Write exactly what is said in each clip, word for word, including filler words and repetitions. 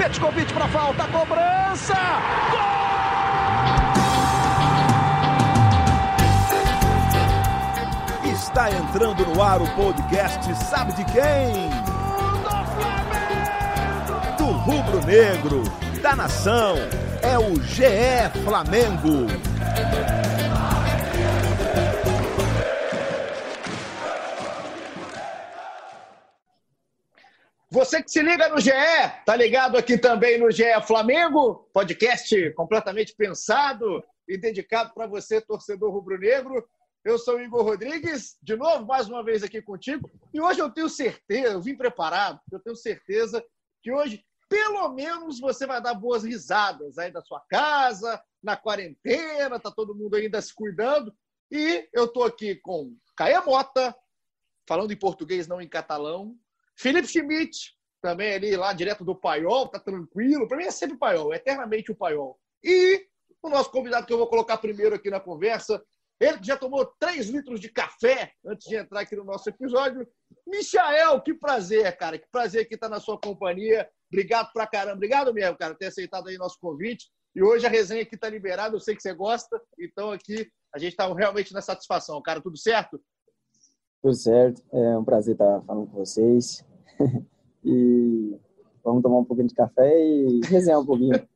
Petkovic para falta, cobrança! Gol! Está entrando no ar o podcast Sabe de quem? Do Flamengo! Do rubro-negro, da nação, é o G E Flamengo. Você que se liga no G E, tá ligado aqui também no G E Flamengo, podcast completamente pensado e dedicado para você, torcedor rubro-negro. Eu sou o Igor Rodrigues, de novo, mais uma vez aqui contigo. E hoje eu tenho certeza, eu vim preparado, eu tenho certeza que hoje, pelo menos, você vai dar boas risadas aí da sua casa, na quarentena, tá todo mundo ainda se cuidando. E eu tô aqui com Caê Mota, falando em português, não em catalão. Felipe Schmidt, também ali lá direto do Paiol, tá tranquilo. Para mim é sempre Paiol, é eternamente o Paiol. E o nosso convidado que eu vou colocar primeiro aqui na conversa, ele que já tomou três litros de café antes de entrar aqui no nosso episódio. Michael, que prazer, cara. Que prazer aqui estar na sua companhia. Obrigado pra caramba. Obrigado mesmo, cara, por ter aceitado aí nosso convite. E hoje a resenha aqui tá liberada, eu sei que você gosta. Então aqui a gente tá realmente na satisfação. Cara, tudo certo? Tudo certo, é um prazer estar falando com vocês e vamos tomar um pouquinho de café e resenhar um pouquinho.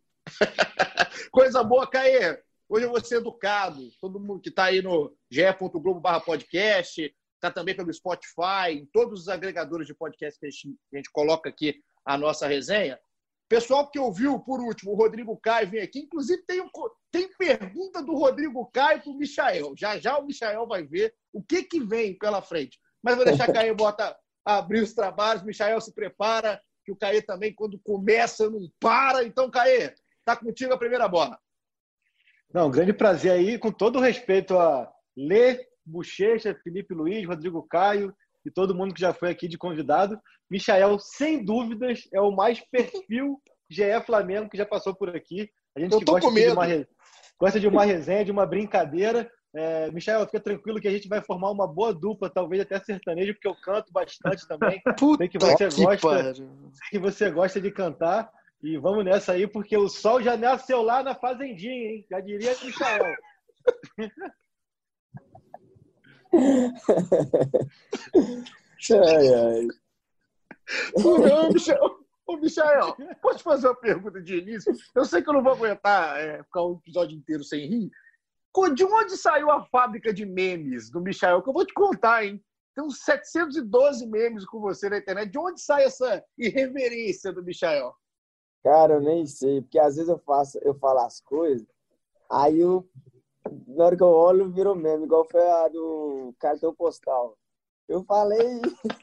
Coisa boa, Caê. Hoje eu vou ser educado. Todo mundo que está aí no ge ponto globo barra podcast, está também pelo Spotify, em todos os agregadores de podcast que a gente, a gente coloca aqui a nossa resenha. Pessoal que ouviu, por último, o Rodrigo Caio vem aqui. Inclusive, tem, um, tem pergunta do Rodrigo Caio para o Michael. Já já o Michael vai ver o que, que vem pela frente. Mas vou deixar a Caê bota, abrir os trabalhos. O Michael se prepara, que o Caê também, quando começa, não para. Então, Caê, tá contigo a primeira bola. Não, grande prazer aí, com todo o respeito a Lê, Bochecha, Felipe Luiz, Rodrigo Caio e todo mundo que já foi aqui de convidado. Michael, sem dúvidas, é o mais perfil G E Flamengo que já passou por aqui. A gente Eu que tô gosta com de medo. uma, re... gosta de uma resenha, de uma brincadeira. É, Michael, fica tranquilo que a gente vai formar uma boa dupla, talvez até sertanejo, porque eu canto bastante também. Puta sei que você que gosta, pariu. sei que você gosta de cantar. E vamos nessa aí, porque o sol já nasceu lá na fazendinha, hein? Já diria Michael. ai, ai. Ô, Michael, ô, Michael, posso te fazer uma pergunta de início? Eu sei que eu não vou aguentar é, ficar o episódio inteiro sem rir. De onde saiu a fábrica de memes do Michael? Que eu vou te contar, hein? Tem uns setecentos e doze memes com você na internet. De onde sai essa irreverência do Michael? Cara, eu nem sei, porque às vezes eu faço, eu falo as coisas, aí eu, na hora que eu olho, virou meme, igual foi a do cartão postal. Eu falei...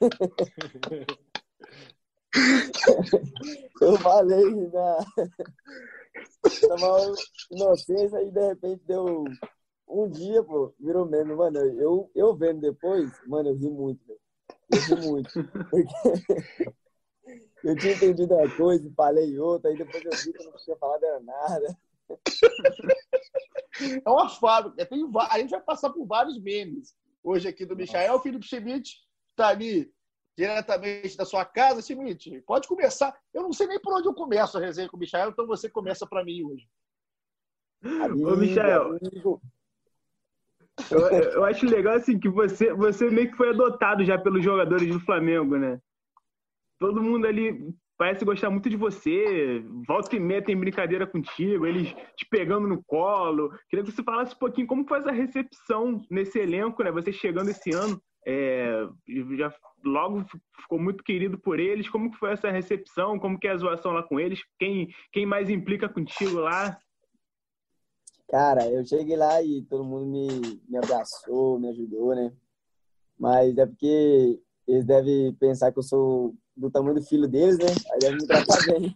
eu falei na... na maior inocência e de repente deu um dia, pô, virou meme. Mano, eu, eu vendo depois, mano, eu ri muito, velho. Eu ri muito. Porque... eu tinha entendido uma coisa e falei outra, aí depois eu vi que eu não tinha falado era nada. É uma fábrica. Tem, a gente vai passar por vários memes hoje aqui do Michael. O Felipe Schmidt está ali diretamente da sua casa. Schmidt, pode começar. Eu não sei nem por onde eu começo a resenha com o Michael, então você começa para mim hoje. Amigo, Ô, Michael, amigo. eu, eu acho legal assim, que você, você meio que foi adotado já pelos jogadores do Flamengo, né? Todo mundo ali parece gostar muito de você, volta e meia tem brincadeira contigo, eles te pegando no colo. Queria que você falasse um pouquinho como foi essa recepção nesse elenco, né? Você chegando esse ano, é, já logo ficou muito querido por eles. Como que foi essa recepção? Como que é a zoação lá com eles? Quem, quem mais implica contigo lá? Cara, eu cheguei lá e todo mundo me, me abraçou, me ajudou, né? Mas é porque eles devem pensar que eu sou do tamanho do filho deles, né? Aí devem me tratar bem.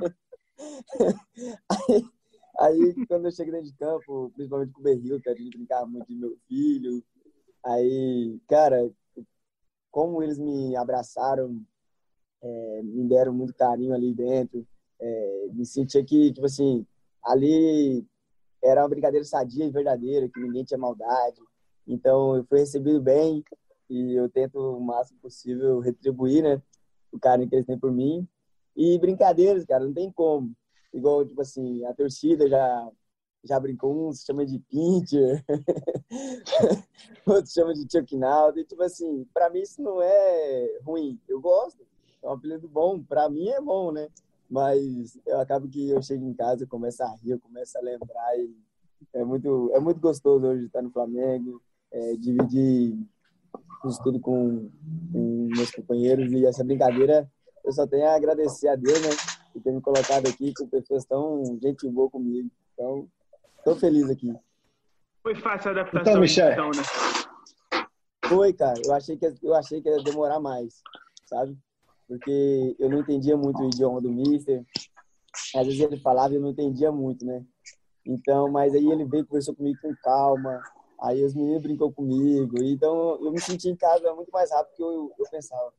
aí, aí, quando eu cheguei dentro de campo, principalmente com o Berril, que a gente brincava muito de meu filho, aí, cara, como eles me abraçaram, é, me deram muito carinho ali dentro, é, me sentia que, tipo assim, ali era uma brincadeira sadia e verdadeira, que ninguém tinha maldade. Então, eu fui recebido bem e eu tento o máximo possível retribuir, né, o carinho que eles têm por mim. E brincadeiras, cara, não tem como. Igual, tipo assim, a torcida já, já brincou, uns chama de pincher, outros chamam de choquinaldo. E, tipo assim, pra mim isso não é ruim. Eu gosto, é um apelido bom. Pra mim é bom, né? Mas eu acabo que eu chego em casa, eu começo a rir, eu começo a lembrar. E é muito, é muito gostoso hoje estar no Flamengo, é, dividir isso tudo com, com meus companheiros. E essa brincadeira, eu só tenho a agradecer a Deus, né? Por ter me colocado aqui com pessoas tão gente boa comigo. Então, tô feliz aqui. Foi fácil a adaptação, Então, Michel. então, né? Foi, cara. Eu achei que, eu achei que ia demorar mais, sabe? Porque eu não entendia muito o idioma do mister. Às vezes ele falava e eu não entendia muito, né? Então, mas aí ele veio e conversou comigo com calma. Aí os meninos brincou comigo. Então, eu me senti em casa muito mais rápido do que eu, eu pensava.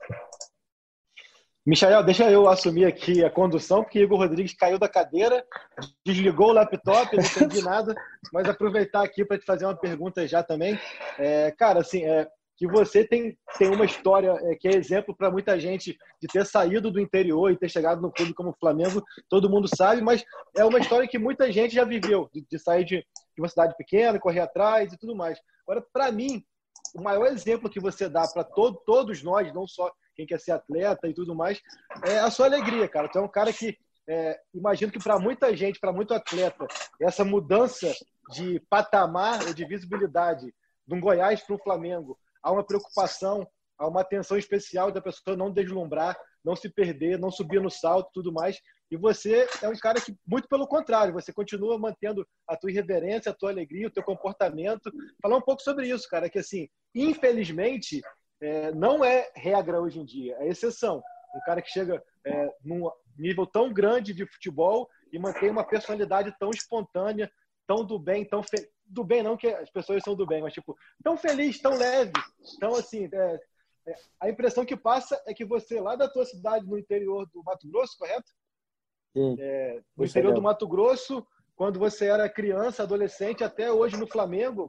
Michael, deixa eu assumir aqui a condução, porque Igor Rodrigues caiu da cadeira, desligou o laptop, não entendi nada, mas aproveitar aqui para te fazer uma pergunta já também. É, cara, assim, é, que você tem, tem uma história é, que é exemplo para muita gente de ter saído do interior e ter chegado no clube como o Flamengo, todo mundo sabe, mas é uma história que muita gente já viveu, de, de sair de, de uma cidade pequena, correr atrás e tudo mais. Agora, para mim, o maior exemplo que você dá para to, todos nós, não só quem quer ser atleta e tudo mais, é a sua alegria, cara. Tu é um cara que, é, imagino que para muita gente, para muito atleta, essa mudança de patamar ou de visibilidade de um Goiás para um Flamengo, há uma preocupação, há uma atenção especial da pessoa não deslumbrar, não se perder, não subir no salto e tudo mais. E você é um cara que, muito pelo contrário, você continua mantendo a tua irreverência, a tua alegria, o teu comportamento. Falar um pouco sobre isso, cara, que assim, infelizmente, É, não é regra hoje em dia, é exceção. Um cara que chega é, num nível tão grande de futebol e mantém uma personalidade tão espontânea, tão do bem, tão fe... do bem não que as pessoas são do bem, mas tipo, tão feliz, tão leve. Então, assim, é, é, a impressão que passa é que você, lá da tua cidade, no interior do Mato Grosso, correto? Sim. É, no interior do Mato Grosso, quando você era criança, adolescente, até hoje no Flamengo,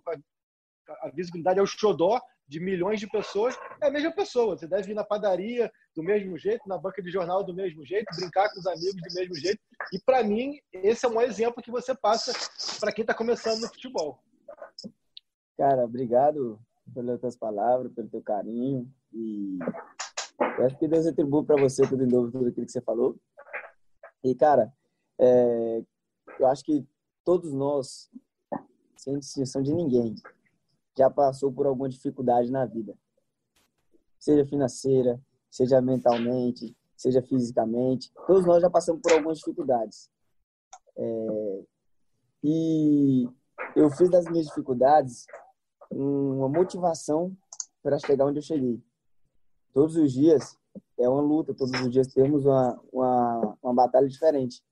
a visibilidade é o xodó de milhões de pessoas, é a mesma pessoa. Você deve ir na padaria do mesmo jeito, na banca de jornal do mesmo jeito, brincar com os amigos do mesmo jeito. E, para mim, esse é um exemplo que você passa para quem está começando no futebol. Cara, obrigado pelas tuas palavras, pelo teu carinho. E eu acho que Deus retribui para você tudo em novo, tudo aquilo que você falou. E, cara, é... eu acho que todos nós, sem distinção de ninguém, já passou por alguma dificuldade na vida. Seja financeira, seja mentalmente, seja fisicamente. Todos nós já passamos por algumas dificuldades. É... E eu fiz das minhas dificuldades uma motivação para chegar onde eu cheguei. Todos os dias é uma luta, todos os dias temos uma, uma, uma batalha diferente.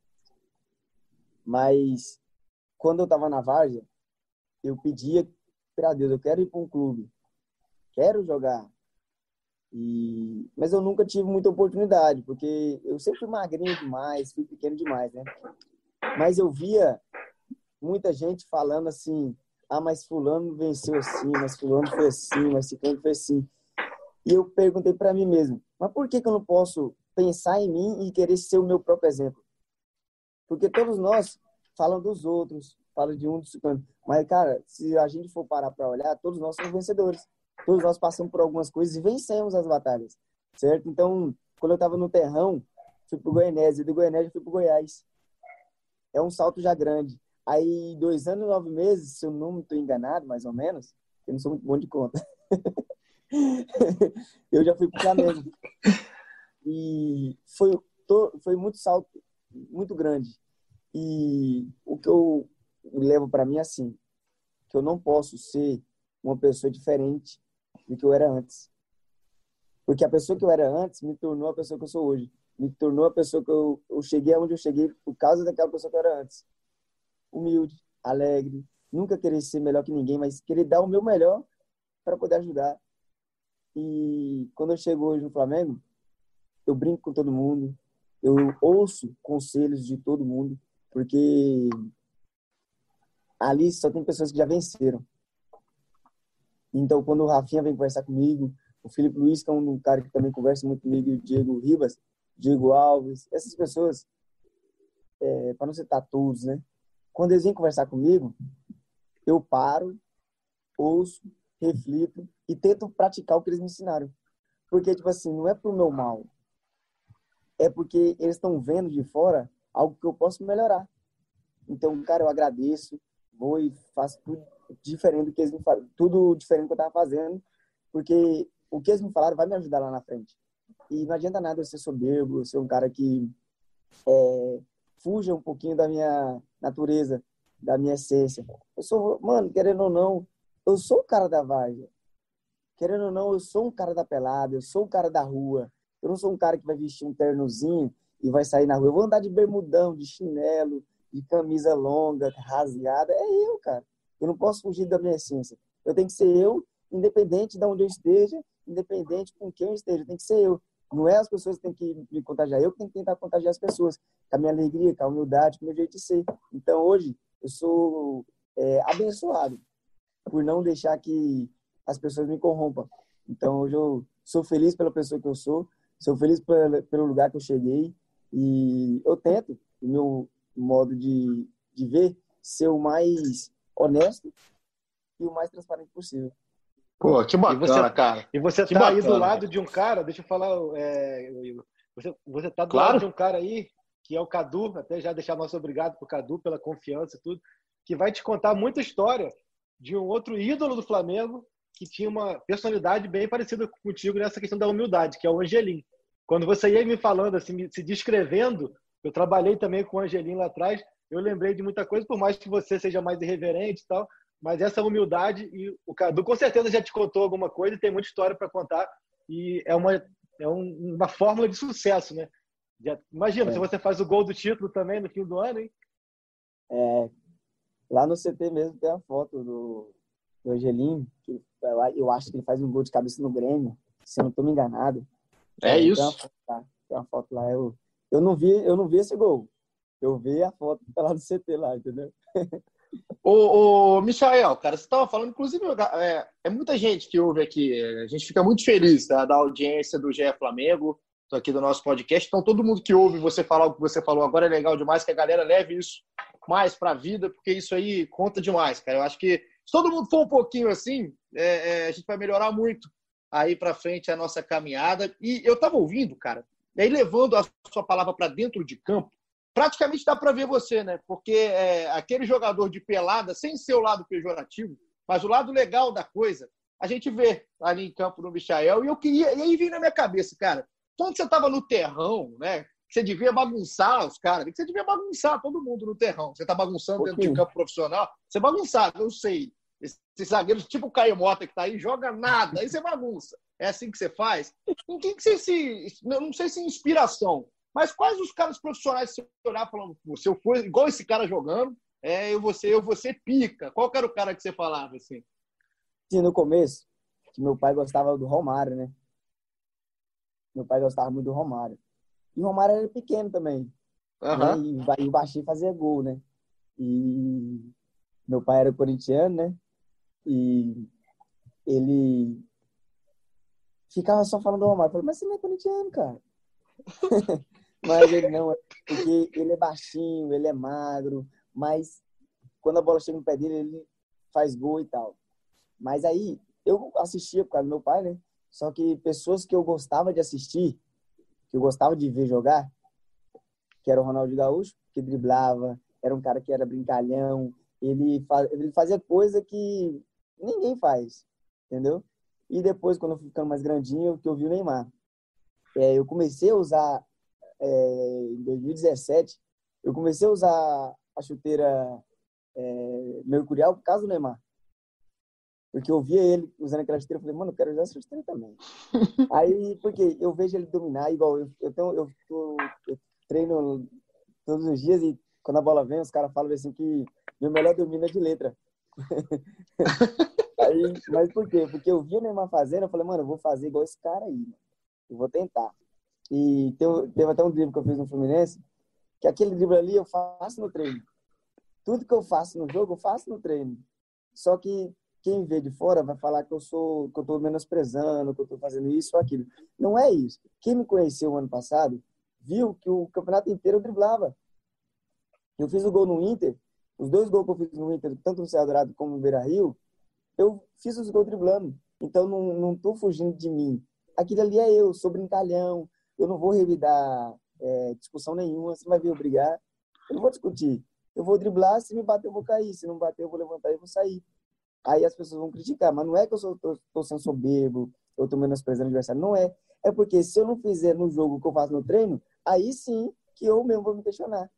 Mas quando eu estava na Várzea, eu pedia para Deus, eu quero ir para um clube, quero jogar. E... Mas eu nunca tive muita oportunidade, porque eu sempre fui magrinho demais, fui pequeno demais, né? Mas eu via muita gente falando assim, ah, mas fulano venceu assim, mas fulano foi assim, mas ciclano foi assim. E eu perguntei para mim mesmo, mas por que que eu não posso pensar em mim e querer ser o meu próprio exemplo? Porque todos nós falam dos outros, falam de um dos ciclanos. Mas, cara, se a gente for parar para olhar, todos nós somos vencedores. Todos nós passamos por algumas coisas e vencemos as batalhas, certo? Então, quando eu estava no Terrão, fui pro Goianésia, e do Goianésia fui pro Goiás. É um salto já grande. Aí, dois anos e nove meses, se eu não estou enganado, mais ou menos, eu não sou muito bom de conta, eu já fui pro Flamengo. E foi, foi muito salto, muito grande. E o que eu levo para mim é assim, que eu não posso ser uma pessoa diferente do que eu era antes. Porque a pessoa que eu era antes me tornou a pessoa que eu sou hoje. Me tornou a pessoa que eu, eu cheguei aonde eu cheguei por causa daquela pessoa que eu era antes. Humilde, alegre, nunca querer ser melhor que ninguém, mas querer dar o meu melhor para poder ajudar. E quando eu chego hoje no Flamengo, eu brinco com todo mundo, eu ouço conselhos de todo mundo, porque ali só tem pessoas que já venceram. Então, quando o Rafinha vem conversar comigo, o Felipe Luiz, que é um cara que também conversa muito comigo, e o Diego Ribas, Diego Alves, essas pessoas, é, para não citar todos, né? Quando eles vêm conversar comigo, eu paro, ouço, reflito e tento praticar o que eles me ensinaram. Porque, tipo assim, não é pro meu mal. É porque eles estão vendo de fora algo que eu posso melhorar. Então, cara, eu agradeço, vou e faço tudo diferente do que eles me falaram, tudo diferente do que eu estava fazendo, porque o que eles me falaram vai me ajudar lá na frente. E não adianta nada eu ser soberbo, eu ser um cara que é, fuja um pouquinho da minha natureza, da minha essência. Eu sou, mano, querendo ou não, eu sou o cara da várzea. Querendo ou não, eu sou um cara da pelada, eu sou um cara da rua. Eu não sou um cara que vai vestir um ternozinho e vai sair na rua. Eu vou andar de bermudão, de chinelo, de camisa longa, rasgada. É eu, cara. Eu não posso fugir da minha essência. Eu tenho que ser eu, independente de onde eu esteja, independente com quem eu esteja. Tem que ser eu. Não é as pessoas que têm que me contagiar. Eu que tenho que tentar contagiar as pessoas. Com a minha alegria, com a humildade, com o meu jeito de ser. Então, hoje, eu sou é, abençoado por não deixar que as pessoas me corrompam. Então, hoje eu sou feliz pela pessoa que eu sou, sou feliz pelo lugar que eu cheguei e eu tento, o meu modo de, de ver, ser o mais honesto e o mais transparente possível. Pô, que bacana, e você, cara. E você que tá bacana. aí do lado de um cara, deixa eu falar, é, você, você tá do claro. lado de um cara aí, que é o Cadu, até já deixar nosso obrigado pro Cadu pela confiança e tudo, que vai te contar muita história de um outro ídolo do Flamengo que tinha uma personalidade bem parecida contigo nessa questão da humildade, que é o Angelim. Quando você ia me falando, assim, se descrevendo, eu trabalhei também com o Angelim lá atrás, eu lembrei de muita coisa, por mais que você seja mais irreverente e tal, mas essa humildade, e o Cadu com certeza já te contou alguma coisa e tem muita história para contar, e é uma, é um, uma fórmula de sucesso, né? Já, imagina, é. se você faz o gol do título também no fim do ano, hein? É, lá no C T mesmo tem a foto do, do Angelim, que eu acho que ele faz um gol de cabeça no Grêmio, se eu não estou me enganado. É, é isso. Tem uma, foto lá, tem uma foto lá. Eu, eu, não vi, eu não vi esse gol. Eu vi a foto lá do C T lá, entendeu? Ô, ô Michael, cara, você estava falando, inclusive, é, é muita gente que ouve aqui. A gente fica muito feliz, tá, da audiência do G E Flamengo, aqui do nosso podcast. Então, todo mundo que ouve você falar o que você falou agora é legal demais, que a galera leve isso mais para a vida, porque isso aí conta demais, cara. Eu acho que se todo mundo for um pouquinho assim, é, é, a gente vai melhorar muito aí para frente a nossa caminhada. E eu estava ouvindo, cara, e aí levando a sua palavra para dentro de campo, praticamente dá para ver você, né? Porque é, aquele jogador de pelada, sem ser o lado pejorativo, mas o lado legal da coisa, a gente vê ali em campo no Michael. E eu queria, e aí vem na minha cabeça, cara, quando você estava no terrão, né? Você devia bagunçar os caras, você devia bagunçar todo mundo no terrão. Você está bagunçando dentro de campo profissional, você bagunçava, eu sei. Esses zagueiros, tipo o Caio Mota que tá aí, joga nada, aí você bagunça. É assim que você faz? Em quem que você se... Não sei se inspiração, mas quais os caras profissionais que você olhar falando, se eu for igual esse cara jogando, é, eu vou ser, eu vou ser pica. Qual que era o cara que você falava assim? Sim, no começo, que meu pai gostava do Romário, né? Meu pai gostava muito do Romário. E o Romário era pequeno também. Uhum. Né? E o baixinho fazia gol, né? E meu pai era corintiano, né? E ele ficava só falando do Romário. Eu falei, mas você não é corintiano, cara. Mas ele não, porque ele é baixinho, ele é magro, mas quando a bola chega no pé dele, ele faz gol e tal. Mas aí, eu assistia por causa do meu pai, né? Só que pessoas que eu gostava de assistir, que eu gostava de ver jogar, que era o Ronaldinho Gaúcho, que driblava, era um cara que era brincalhão, ele, faz, ele fazia coisa que ninguém faz, entendeu? E depois, quando eu fui ficando mais grandinho, que eu vi o Neymar. É, eu comecei a usar, é, em dois mil e dezessete, eu comecei a usar a chuteira é, mercurial por causa do Neymar. Porque eu via ele usando aquela chuteira, eu falei, mano, eu quero usar essa chuteira também. Aí, porque eu vejo ele dominar, igual eu, eu, tenho, eu, eu, eu treino todos os dias e quando a bola vem, os caras falam assim que meu melhor domínio é de letra. Aí, mas por quê? Porque eu vi o Neymar fazendo, eu falei, mano, eu vou fazer igual esse cara aí, mano. Eu vou tentar. E teve, teve até um drible que eu fiz no Fluminense, que aquele drible ali eu faço no treino. Tudo que eu faço no jogo, eu faço no treino. Só que quem vê de fora vai falar que eu sou, que eu tô menosprezando, que eu tô fazendo isso ou aquilo. Não é isso. Quem me conheceu ano passado viu que o campeonato inteiro eu driblava. Eu fiz o gol no Inter, os dois gols que eu fiz no Inter, tanto no Serra Dourado como no Beira-Rio, eu fiz os gols driblando. Então, não, não tô fugindo de mim. Aquilo ali é eu, sou brincalhão, eu não vou revidar é, discussão nenhuma, você vai vir eu brigar, eu não vou discutir. Eu vou driblar, se me bater eu vou cair, se não bater eu vou levantar e vou sair. Aí as pessoas vão criticar, mas não é que eu sou, tô, tô sendo soberbo, eu tô menosprezando o adversário, não é. É porque se eu não fizer no jogo o que eu faço no treino, aí sim que eu mesmo vou me questionar.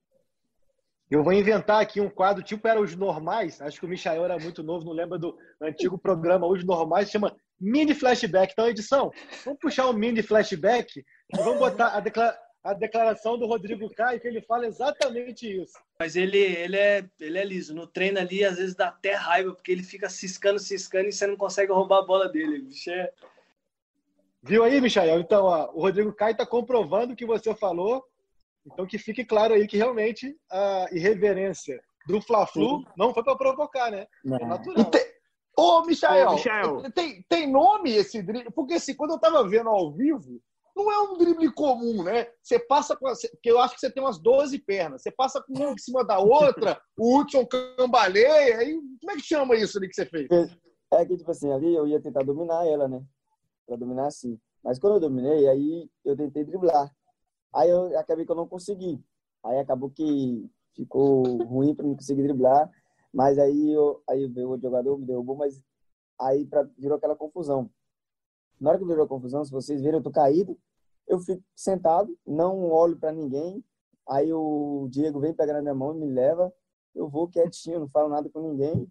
Eu vou inventar aqui um quadro, tipo era Os Normais, acho que o Michael era muito novo, não lembra do antigo programa Os Normais, chama Mini Flashback. Então, edição, vamos puxar um mini flashback e vamos botar a, declara a declaração do Rodrigo Caio, que ele fala exatamente isso. Mas ele, ele, é, ele é liso. No treino ali, às vezes dá até raiva, porque ele fica ciscando, ciscando e você não consegue roubar a bola dele. Bicho é... Viu aí, Michael? Então, ó, o Rodrigo Caio está comprovando o que você falou. Então, que fique claro aí que realmente a irreverência do Fla-Flu não foi para provocar, né? Não. É natural. Te... Ô, Michael, Ô, Michael. Tem, tem nome esse drible? Porque assim, quando eu tava vendo ao vivo, não é um drible comum, né? Você passa com... Porque eu acho que você tem umas doze pernas. Você passa com uma em cima da outra, o Hudson cambaleia. Aí, como é que chama isso ali que você fez? É que, tipo assim, ali eu ia tentar dominar ela, né? Pra dominar assim. Mas quando eu dominei, aí eu tentei driblar. Aí eu acabei que eu não consegui. Aí acabou que ficou ruim para não conseguir driblar. Mas aí, eu, aí veio o jogador, me derrubou, mas aí pra, virou aquela confusão. Na hora que virou a confusão, se vocês viram, eu tô caído, eu fico sentado, não olho para ninguém. Aí o Diego vem pegar na minha mão e me leva. Eu vou quietinho, não falo nada com ninguém.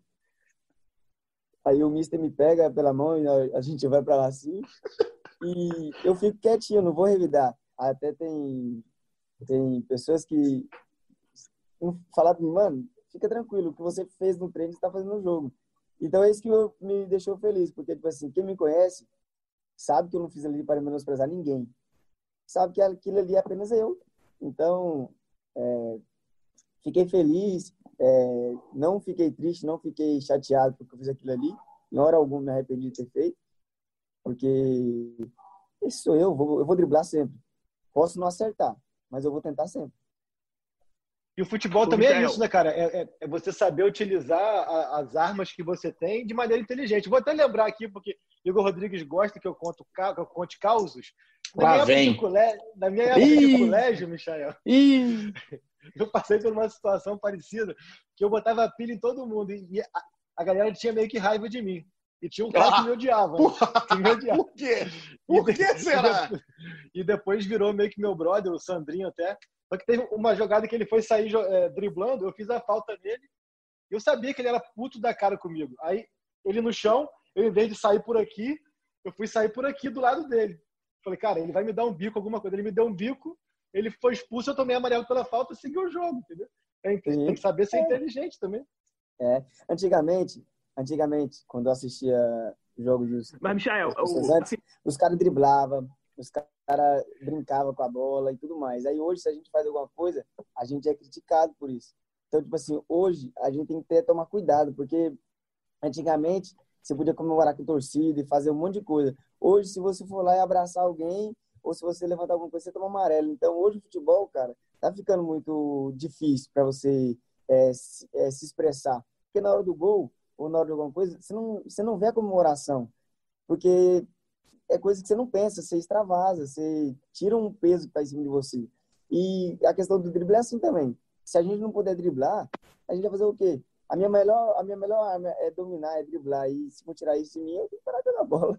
Aí o mister me pega pela mão e a, a gente vai para lá assim. E eu fico quietinho, não vou revidar. Até tem, tem pessoas que falam para mim, mano, fica tranquilo, o que você fez no treino, você está fazendo no jogo. Então é isso que eu, me deixou feliz, porque, tipo assim, quem me conhece sabe que eu não fiz ali para menosprezar ninguém. Sabe que aquilo ali é apenas eu. Então, é, fiquei feliz, é, não fiquei triste, não fiquei chateado porque eu fiz aquilo ali. Em hora alguma me arrependi de ter feito, porque esse sou eu, vou, eu vou driblar sempre. Posso não acertar, mas eu vou tentar sempre. E o futebol Ô, também Michael. é isso, né, cara? É, é, é você saber utilizar a, as armas que você tem de maneira inteligente. Vou até lembrar aqui, porque Igor Rodrigues gosta que eu, conto, que eu conte causos. Na Lá minha época vem. de colégio, na minha época Ih! de colégio, Michael, Ih! eu passei por uma situação parecida, que eu botava pilha em todo mundo e a, a galera tinha meio que raiva de mim. E tinha um cara que me odiava. Que me odiava. Por quê? Por que será? E depois virou meio que meu brother, o Sandrinho até. Só que teve uma jogada que ele foi sair é, driblando, eu fiz a falta nele. Eu sabia que ele era puto da cara comigo. Aí, ele no chão, eu em vez de sair por aqui, eu fui sair por aqui do lado dele. Falei, cara, ele vai me dar um bico, alguma coisa. Ele me deu um bico, ele foi expulso, eu tomei amarelo pela falta e segui o jogo, entendeu? Tem, tem que saber ser inteligente também. É, antigamente, antigamente, quando eu assistia jogos dos, Mas, Michael, dos o- antes, os caras driblavam, os caras brincavam com a bola e tudo mais. Aí hoje, se a gente faz alguma coisa, a gente é criticado por isso. Então, tipo assim, hoje a gente tem que ter, tomar cuidado, porque antigamente você podia comemorar com torcida e fazer um monte de coisa. Hoje, se você for lá e abraçar alguém, ou se você levantar alguma coisa, você toma amarelo. Então, hoje o futebol, cara, tá ficando muito difícil para você é, se, é, se expressar. Porque na hora do gol, ou na hora de alguma coisa, você não, você não vê a comemoração. Porque é coisa que você não pensa, você extravasa, você tira um peso que está em cima de você. E a questão do drible é assim também. Se a gente não puder driblar, a gente vai fazer o quê? A minha melhor, a minha melhor arma é dominar, é driblar. E se for tirar isso de mim, eu tenho que parar de jogar bola.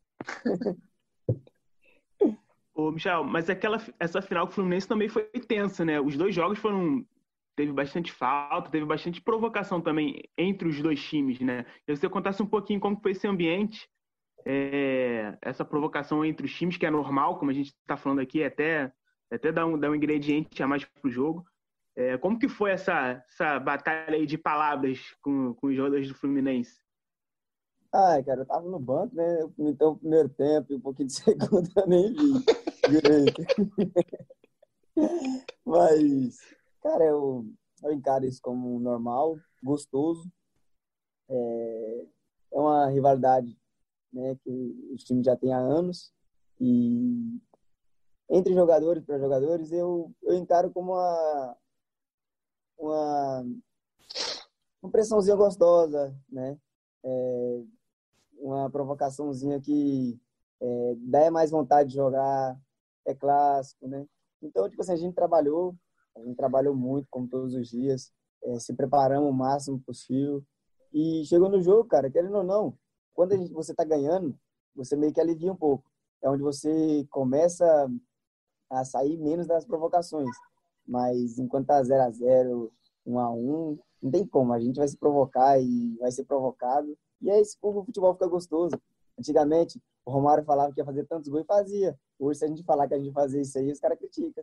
Ô, Michel, mas aquela, essa final com o Fluminense também foi tensa, né? Os dois jogos foram... Teve bastante falta, teve bastante provocação também entre os dois times, né? Se você contasse um pouquinho como foi esse ambiente, é, essa provocação entre os times, que é normal, como a gente está falando aqui, até, até dá, um, dá um ingrediente a mais pro jogo. É, como que foi essa, essa batalha aí de palavras com, com os jogadores do Fluminense? Ah, cara, eu tava no banco, né? Então, o primeiro tempo e um pouquinho de segundo eu nem vi direito. Mas, cara, eu, eu encaro isso como normal, gostoso. É, é uma rivalidade, né, que os times já têm há anos. E entre jogadores para jogadores, eu, eu encaro como uma, uma, uma pressãozinha gostosa, né? É, uma provocaçãozinha que é, dá mais vontade de jogar, é clássico, né? Então, tipo assim, a gente trabalhou, a gente trabalhou muito, como todos os dias, é, se preparamos o máximo possível e chegou no jogo, cara, querendo ou não, quando a gente, você tá ganhando, você meio que alivia um pouco. É onde você começa a sair menos das provocações. Mas enquanto tá zero a zero, um a um, não tem como. A gente vai se provocar e vai ser provocado. E é isso que o futebol fica gostoso. Antigamente, o Romário falava que ia fazer tantos gols e fazia. Hoje, se a gente falar que a gente fazia isso aí, os caras criticam.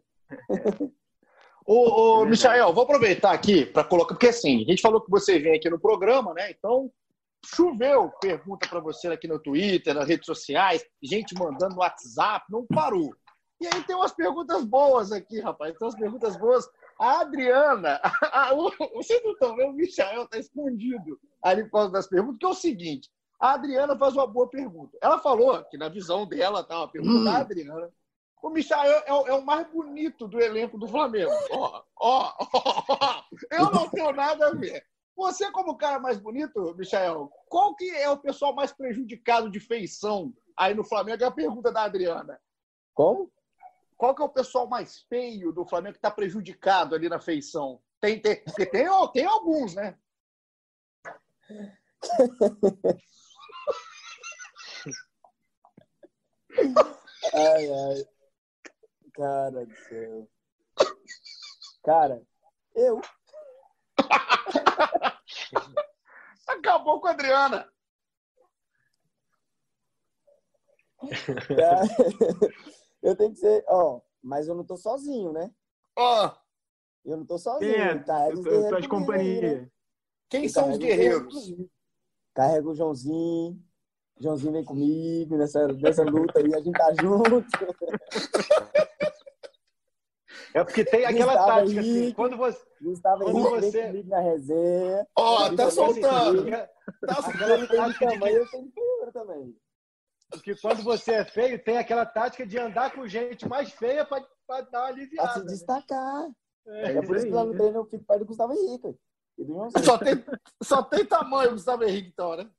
Ô, ô Michael, vou aproveitar aqui para colocar, porque assim, a gente falou que você vem aqui no programa, né? Então, choveu pergunta para você aqui no Twitter, nas redes sociais, gente mandando no WhatsApp, não parou. E aí tem umas perguntas boas aqui, rapaz, tem umas perguntas boas. A Adriana, a, a, vocês não estão vendo, o Michael está escondido ali por causa das perguntas, que é o seguinte, a Adriana faz uma boa pergunta. Ela falou que na visão dela, tá, uma pergunta hum. da Adriana, o Michael é, é o mais bonito do elenco do Flamengo. Ó, ó, ó, eu não tenho nada a ver. Você, como o cara mais bonito, Michael, qual que é o pessoal mais prejudicado de feição aí no Flamengo? É a pergunta da Adriana. Como? Qual que é o pessoal mais feio do Flamengo que está prejudicado ali na feição? Tem, tem, porque tem, tem alguns, né? Ai, ai. Cara do céu. Cara, eu... Acabou com a Adriana. Cara, eu tenho que ser... Ó, mas eu não tô sozinho, né? Ó. Eu não tô sozinho. Quem é? Carrego os Tuas guerreiros companhias. aí, né? Quem Eu são os guerreiros? Carrego o Joãozinho. Joãozinho vem comigo nessa, nessa luta aí. A gente tá junto. É porque tem aquela Gustavo tática Henrique, assim, quando você... Gustavo Quando Henrique você- vem comigo na resenha. Ó, Ele tá também soltando. tem- Tá Aquela soltando. que tem de tamanho, eu tenho de figura também. Porque quando você é feio, tem aquela tática de andar com gente mais feia para dar uma Pra aliviada. se né? destacar. É, É, por isso que lá no treino eu fico perto do Gustavo Henrique. E do Joãozinho. Só tem, só tem tamanho o Gustavo Henrique, então, né?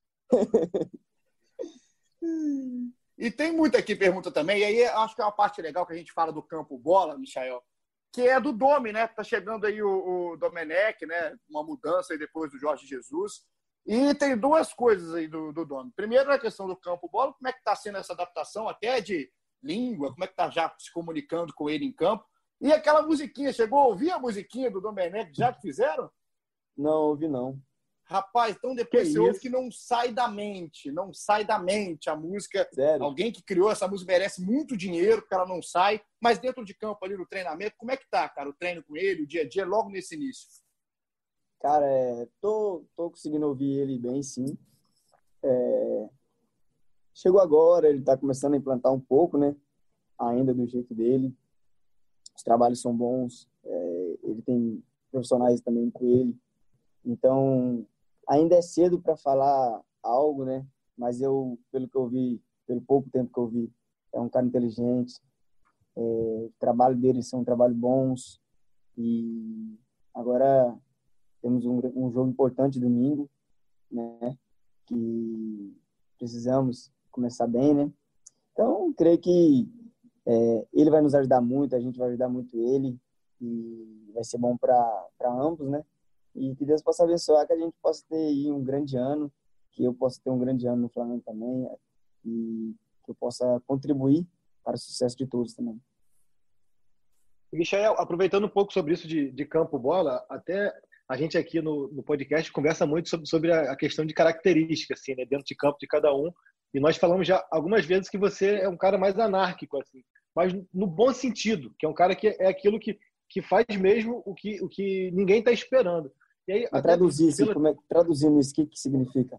E tem muita aqui pergunta também, e aí acho que é uma parte legal que a gente fala do campo bola, Michael, que é do Domi, né? Tá chegando aí o, o Domenech, né? Uma mudança aí depois do Jorge Jesus. E tem duas coisas aí do, do Domi. Primeiro, na questão do campo bola, como é que tá sendo essa adaptação, até de língua, como é que tá já se comunicando com ele em campo. E aquela musiquinha, chegou a ouvir a musiquinha do Domenech já que fizeram? Não, ouvi não. Rapaz, então depois Que você ouve isso? que não sai da mente, não sai da mente a música. Sério. Alguém que criou essa música merece muito dinheiro, porque ela não sai. Mas dentro de campo, ali no treinamento, como é que tá, cara? O treino com ele, o dia a dia, logo nesse início. Cara, é, tô, tô conseguindo ouvir ele bem, sim. É, chegou agora, ele tá começando a implantar um pouco, né? Ainda do jeito dele. Os trabalhos são bons. É, ele tem profissionais também com ele. Então, ainda é cedo para falar algo, né? Mas eu, pelo que eu vi, pelo pouco tempo que eu vi, é um cara inteligente. É, o trabalho deles são um trabalho bons. E agora temos um, um jogo importante domingo, né? Que precisamos começar bem, né? Então, creio que é, ele vai nos ajudar muito, a gente vai ajudar muito ele. E vai ser bom para ambos, né? E que Deus possa abençoar, que a gente possa ter aí um grande ano, que eu possa ter um grande ano no Flamengo também, e que eu possa contribuir para o sucesso de todos também. Michael, aproveitando um pouco sobre isso de, de campo bola, até a gente aqui no, no podcast conversa muito sobre, sobre a, a questão de características, assim, né, dentro de campo de cada um. E nós falamos já algumas vezes que você é um cara mais anárquico, assim, mas no bom sentido, que é um cara que é aquilo que, que faz mesmo o que, o que ninguém está esperando. E aí, até traduzir isso, pela... como é, traduzindo isso, o que, que significa?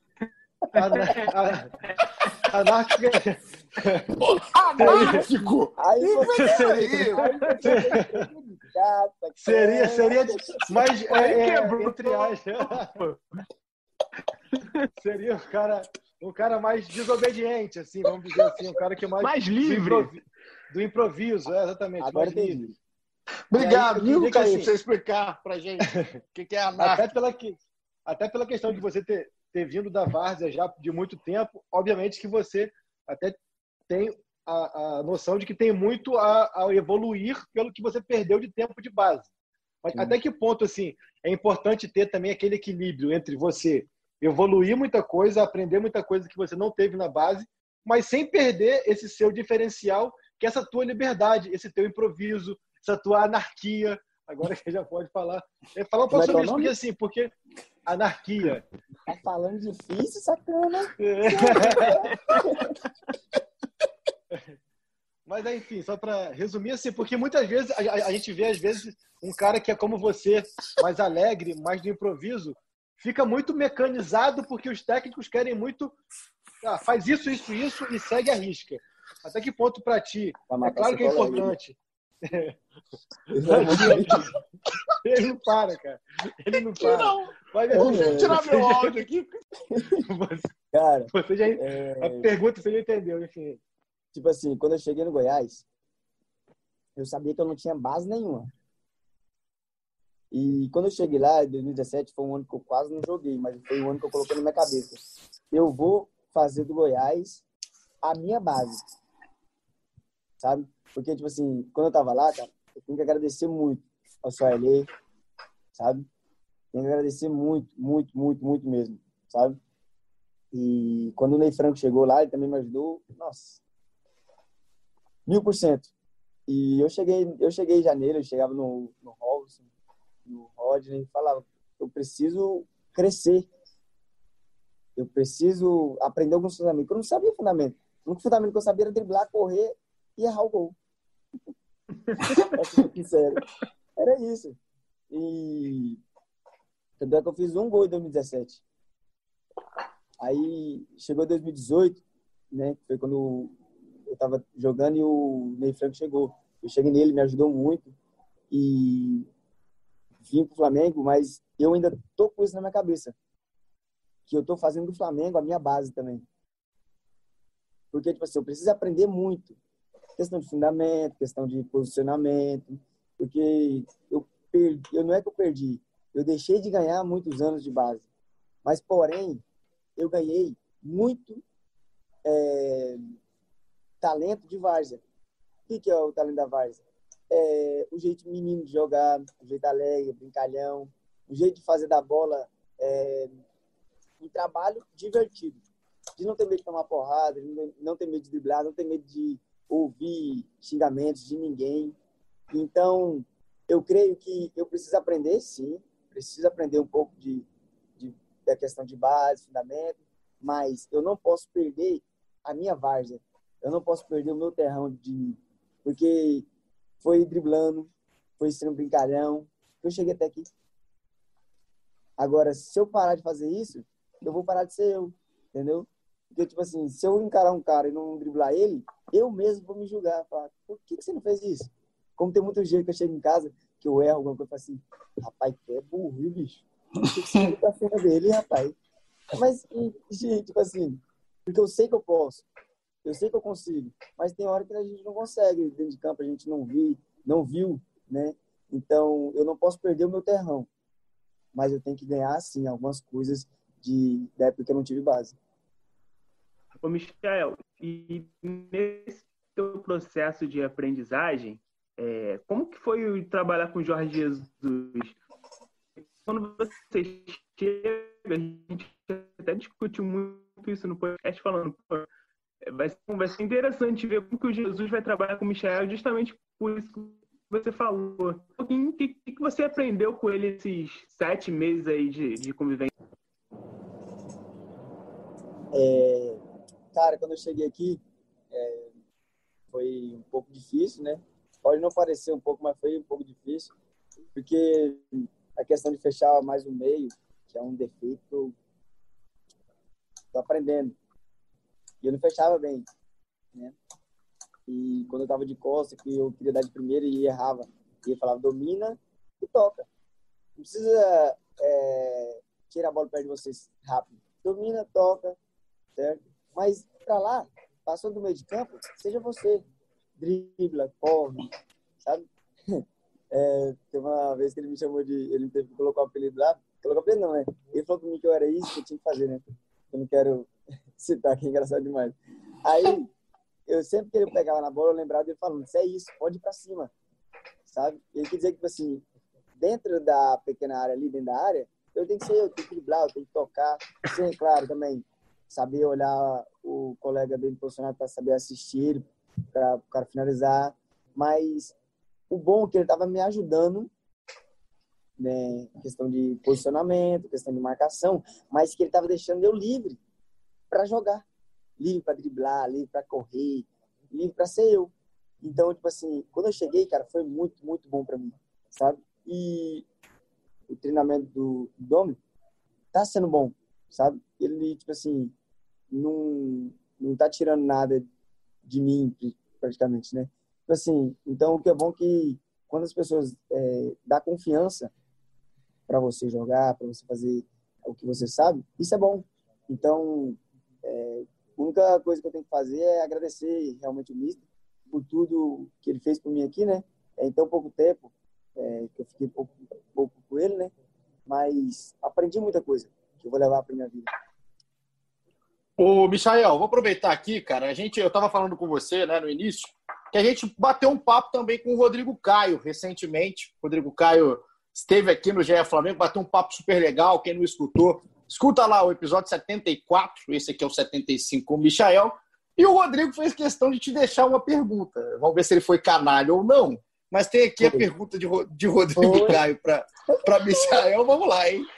Anárquico. Anárquico! Aí você seria, seria, seria, mas é, é, entre aspas, seria um cara, um cara mais desobediente, assim, vamos dizer assim, um cara que é mais, mais livre. Do improviso, é, exatamente. Agora mais entendi. livre. Obrigado, aí, eu viu, queria que, Caio, assim, por você explicar pra gente o que, que é Até anarquia. pela, que- até pela questão de você ter, ter vindo da várzea já de muito tempo, obviamente que você até tem a, a noção de que tem muito a, a evoluir pelo que você perdeu de tempo de base. Mas Sim. até que ponto assim é importante ter também aquele equilíbrio entre você evoluir muita coisa, aprender muita coisa que você não teve na base, mas sem perder esse seu diferencial, que é essa tua liberdade, esse teu improviso, essa tua anarquia. Agora que já pode falar. É, falar um Como pouco é que é sobre o isso, nome? porque assim, porque anarquia. Tá falando difícil, sacana. Mas, enfim, só para resumir, assim, porque muitas vezes a, a- a gente vê, às vezes, um cara que é como você, mais alegre, mais do improviso, fica muito mecanizado porque os técnicos querem muito. Ah, faz isso, isso, isso e segue a risca. Até que ponto para ti? Vai É matar claro seu que é colega. importante. Ele vai morrer. Ele não para, cara. Ele não para. Não, Mas, vou assim, tirar você meu já- áudio aqui. Você, Cara, você já, é, a pergunta você já entendeu, enfim. tipo assim, quando eu cheguei no Goiás, eu sabia que eu não tinha base nenhuma. E quando eu cheguei lá, em dois mil e dezessete, foi um ano que eu quase não joguei, mas foi um ano que eu coloquei na minha cabeça. Eu vou fazer do Goiás a minha base, sabe? Porque, tipo assim, quando eu tava lá, cara, eu tenho que agradecer muito ao Suarelê, sabe? Tenho que agradecer muito, muito, muito, muito mesmo, sabe? E quando o Ney Franco chegou lá, ele também me ajudou, nossa, mil por cento. E eu cheguei, eu cheguei em janeiro, eu chegava no, no Robson, no Rodney, e falava, eu preciso crescer. Eu preciso aprender alguns fundamentos. Eu não sabia fundamento. O único fundamento que eu sabia era driblar, correr e errar o gol. Sincero. Era isso. E tanto é que eu fiz um gol em dois mil e dezessete. Aí chegou dois mil e dezoito, né? Foi quando eu tava jogando e o Ney Franco chegou. Eu cheguei nele, me ajudou muito. E vim pro Flamengo, mas eu ainda tô com isso na minha cabeça. Que eu tô fazendo do Flamengo a minha base também. Porque, tipo assim, eu preciso aprender muito. Questão de fundamento, questão de posicionamento. Porque eu perdi, eu, não é que eu perdi, eu deixei de ganhar muitos anos de base. Mas, porém, eu ganhei muito é, talento de várzea. O que, que é o talento da várzea? É, o jeito menino de jogar, o jeito alegre, brincalhão, o jeito de fazer da bola é, um trabalho divertido. De não ter medo de tomar porrada, de não ter medo de driblar, não ter medo de ouvir xingamentos de ninguém. Então, eu creio que eu preciso aprender, sim. Preciso aprender um pouco de, de, da questão de base, fundamento, mas eu não posso perder a minha várzea. Eu não posso perder o meu terrão de... Porque foi driblando, foi sendo brincalhão, que eu cheguei até aqui. Agora, se eu parar de fazer isso, eu vou parar de ser eu, entendeu? Porque, tipo assim, se eu encarar um cara e não driblar ele, eu mesmo vou me julgar. Falar, por que você não fez isso? Como tem muitos dias que eu chego em casa, que eu erro alguma coisa, eu falo assim, rapaz, tu é burro, viu, bicho? Por que você foi pra cima dele, rapaz? Mas, e, tipo assim, porque eu sei que eu posso, eu sei que eu consigo, mas tem hora que a gente não consegue, dentro de campo a gente não viu, não viu, né? Então, eu não posso perder o meu terrão, mas eu tenho que ganhar, assim, algumas coisas de, da época que eu não tive base. Ô, Michael, e nesse teu processo de aprendizagem, é, como que foi trabalhar com o Jorge Jesus? Quando você chega, a gente até discutiu muito isso no podcast, falando, pô, vai ser, vai ser interessante ver como que o Jesus vai trabalhar com o Michael, justamente por isso que você falou. O que, que, que você aprendeu com ele esses sete meses aí de, de convivência? É, cara, quando eu cheguei aqui, é, foi um pouco difícil, né? Pode não parecer um pouco, mas foi um pouco difícil, porque a questão de fechar mais o meio, que é um defeito que eu tô aprendendo. E eu não fechava bem, né? E quando eu tava de costas, que eu queria dar de primeira e errava, e ele falava, domina e toca. Não precisa é, tirar a bola perto de vocês rápido. Domina, toca, certo? Mas pra lá, passou do meio de campo, seja você. dribla, corre, sabe? É, tem uma vez que ele me chamou de... Ele teve que colocar o apelido lá. Colocar o apelido não, né? Ele falou pra mim que eu era isso, que eu tinha que fazer, né? Eu não quero citar, que é engraçado demais. Aí, eu sempre que ele pegava na bola, eu lembrava dele falando, isso é isso, pode ir pra cima, sabe? Ele quer dizer que, tipo assim, dentro da pequena área ali, dentro da área, eu tenho que ser eu, tenho que driblar, eu tenho que tocar. Sim, claro, também, saber olhar o colega dele posicionado para saber assistir, para o cara finalizar. Mas o bom é que ele estava me ajudando, né, questão de posicionamento, questão de marcação, mas que ele estava deixando eu livre para jogar, livre para driblar, livre para correr, livre para ser eu. Então, tipo assim, quando eu cheguei, cara, foi muito, muito bom para mim, sabe? E o treinamento do Domi tá sendo bom, sabe? Ele, tipo assim, não, não tá tirando nada de mim, praticamente, né? Tipo assim, então o que é bom é que quando as pessoas é, dão confiança para você jogar, para você fazer o que você sabe, isso é bom. Então, é, a única coisa que eu tenho que fazer é agradecer realmente o mister por tudo que ele fez por mim aqui, né? Em tão pouco tempo, é, que eu fiquei pouco, pouco com ele, né? Mas aprendi muita coisa que eu vou levar para minha vida. Ô, Michael, vou aproveitar aqui, cara. A gente, eu estava falando com você, né, no início, que a gente bateu um papo também com o Rodrigo Caio recentemente. O Rodrigo Caio esteve aqui no G E Flamengo, bateu um papo super legal. Quem não escutou, escuta lá o episódio setenta e quatro, esse aqui é o setenta e cinco com o Michael. E o Rodrigo fez questão de te deixar uma pergunta. Vamos ver se ele foi canalha ou não. Mas tem aqui a pergunta de, de Rodrigo Oi. Caio para Michael. Vamos lá, hein?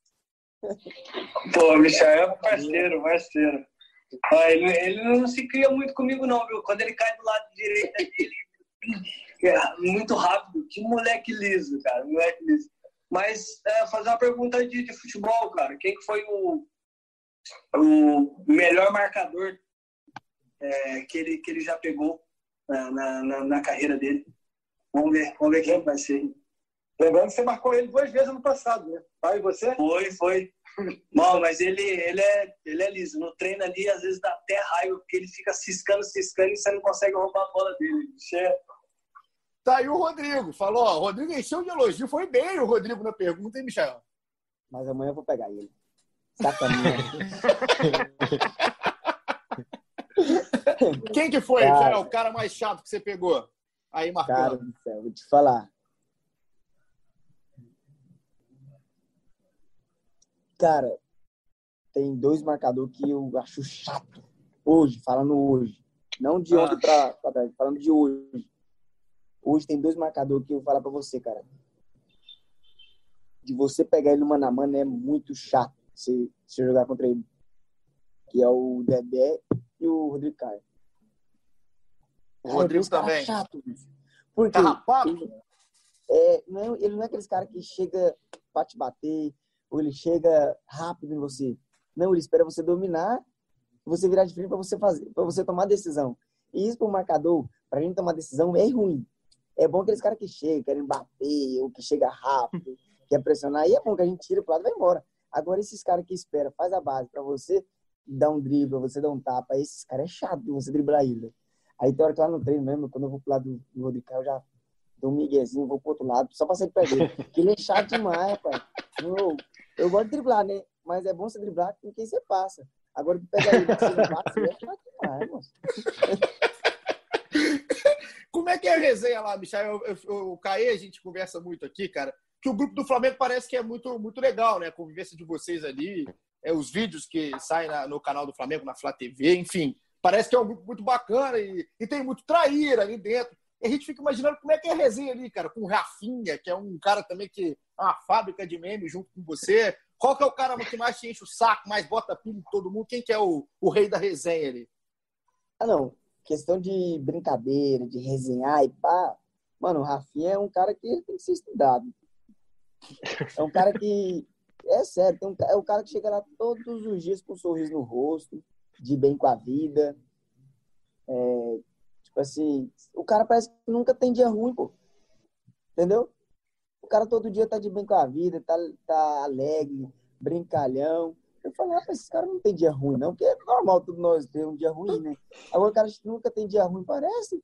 Pô, o Michael é parceiro, parceiro. Ah, ele, ele não se cria muito comigo, não, viu? Quando ele cai do lado direito dele, é muito rápido. Que moleque liso, cara. Moleque liso. Mas é, fazer uma pergunta de, de futebol, cara. Quem que foi o, o melhor marcador é, que, ele, que ele já pegou na, na, na carreira dele? Vamos ver, vamos ver quem vai ser. Lembrando que você marcou ele duas vezes ano passado, né? Pai, e você? Foi, foi. Não, mas ele, ele, é, ele é liso. No treino ali, às vezes dá até raiva, porque ele fica ciscando, ciscando e você não consegue roubar a bola dele. É... Tá aí o Rodrigo. Falou, ó, o Rodrigo encheu de elogio. Foi bem o Rodrigo na pergunta, hein, Michel? Mas amanhã eu vou pegar ele. Sacaninha. Quem que foi, cara, Michel, o cara mais chato que você pegou? Aí, marcando. Cara do céu, vou te falar. Cara, tem dois marcadores que eu acho chato. Hoje, falando hoje. Não de ontem pra, pra trás, falando de hoje. Hoje tem dois marcadores que eu vou falar pra você, cara. De você pegar ele no mano a mano é muito chato você, você jogar contra ele. Que é o Dedé e o Rodrigo Caio. O Rodrigo é, também. Chato, porque Carrapado? Ele, é, não é, ele não é aquele cara que chega pra te bater, ou ele chega rápido em você. Não, ele espera você dominar, você virar de frente para você fazer, para você tomar decisão. E isso para o marcador, para a gente tomar decisão, é ruim. É bom aqueles caras que chegam, querem bater, ou que chega rápido, quer pressionar, aí é bom que a gente tira pro lado e vai embora. Agora, esses caras que esperam, faz a base para você dar um drible, você dar um tapa, esses caras é chato de você driblar ele. Aí tem hora que lá no treino mesmo, quando eu vou pro lado do, do Rodrigo, eu já dou um miguezinho, vou pro outro lado, só pra sair perto dele. Porque ele é chato demais, pai. Eu, eu gosto de driblar, né? Mas é bom você driblar com quem você passa. Agora que pega ele, você não passa, é chato demais, moço. Como é que é a resenha lá, Michel? O Caê, a gente conversa muito aqui, cara, que o grupo do Flamengo parece que é muito, muito legal, né? A convivência de vocês ali, é, os vídeos que saem na, no canal do Flamengo, na Flá T V, enfim. Parece que é um grupo muito bacana e, e tem muito traíra ali dentro. E a gente fica imaginando como é que é a resenha ali, cara, com o Rafinha, que é um cara também que é uma fábrica de memes junto com você. Qual que é o cara que mais te enche o saco, mais bota pilha em todo mundo? Quem que é o, o rei da resenha ali? Ah, não. Questão de brincadeira, de resenhar e pá. Mano, o Rafinha é um cara que tem que ser estudado. É um cara que... É sério, tem um, é um cara que chega lá todos os dias com um sorriso no rosto, de bem com a vida. É, tipo assim, o cara parece que nunca tem dia ruim, pô. Entendeu? O cara todo dia tá de bem com a vida, tá, tá alegre, brincalhão. Eu falei, rapaz, esse cara não tem dia ruim, não, porque é normal todos nós ter um dia ruim, né? Agora o cara nunca tem dia ruim, parece.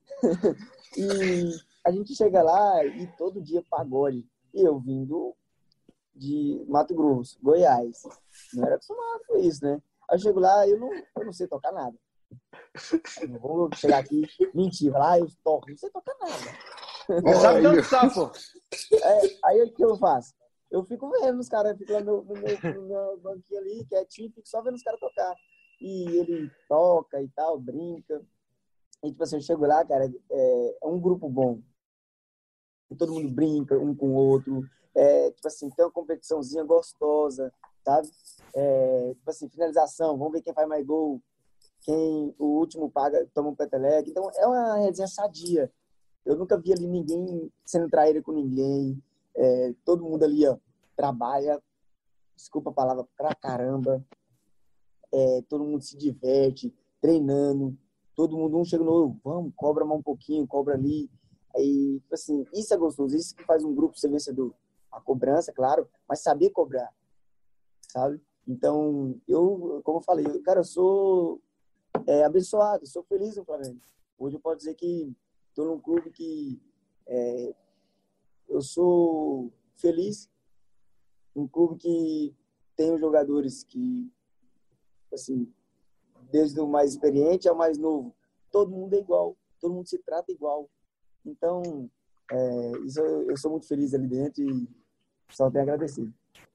E a gente chega lá e todo dia pagode. E eu vindo de Mato Grosso, Goiás. Não era acostumado com isso, né? Aí eu chego lá e eu não, eu não sei tocar nada. Eu não vou chegar aqui, mentir, lá eu toco, não sei tocar nada. Não sabe dançar, pô. É, aí o que eu faço? Eu fico vendo os caras, fico lá no, no, meu, no meu banquinho ali, quietinho, fico só vendo os caras tocar. E ele toca e tal, brinca. E tipo assim, eu chego lá, cara, é, é um grupo bom. E todo mundo brinca um com o outro. É, tipo assim, tem uma competiçãozinha gostosa, sabe? É, tipo assim, finalização, vamos ver quem faz mais gol. Quem o último paga, toma um peteleque. Então, é uma resenha sadia. Eu nunca vi ali ninguém sendo traíra com ninguém. É, todo mundo ali, ó, trabalha, desculpa a palavra, pra caramba. É, todo mundo se diverte, treinando. Todo mundo, um chega no outro, vamos, cobra mais um pouquinho, cobra ali. Aí, assim, isso é gostoso. Isso que faz um grupo ser vencedor. A cobrança, claro, mas saber cobrar, sabe? Então, eu, como eu falei, eu, cara, eu sou é, abençoado, sou feliz no Flamengo. Hoje eu posso dizer que estou num clube que é, eu sou feliz, um clube que tem os jogadores que, assim, desde o mais experiente ao mais novo, todo mundo é igual, todo mundo se trata igual. Então, é, isso eu, eu sou muito feliz ali dentro e só tenho a agradecer.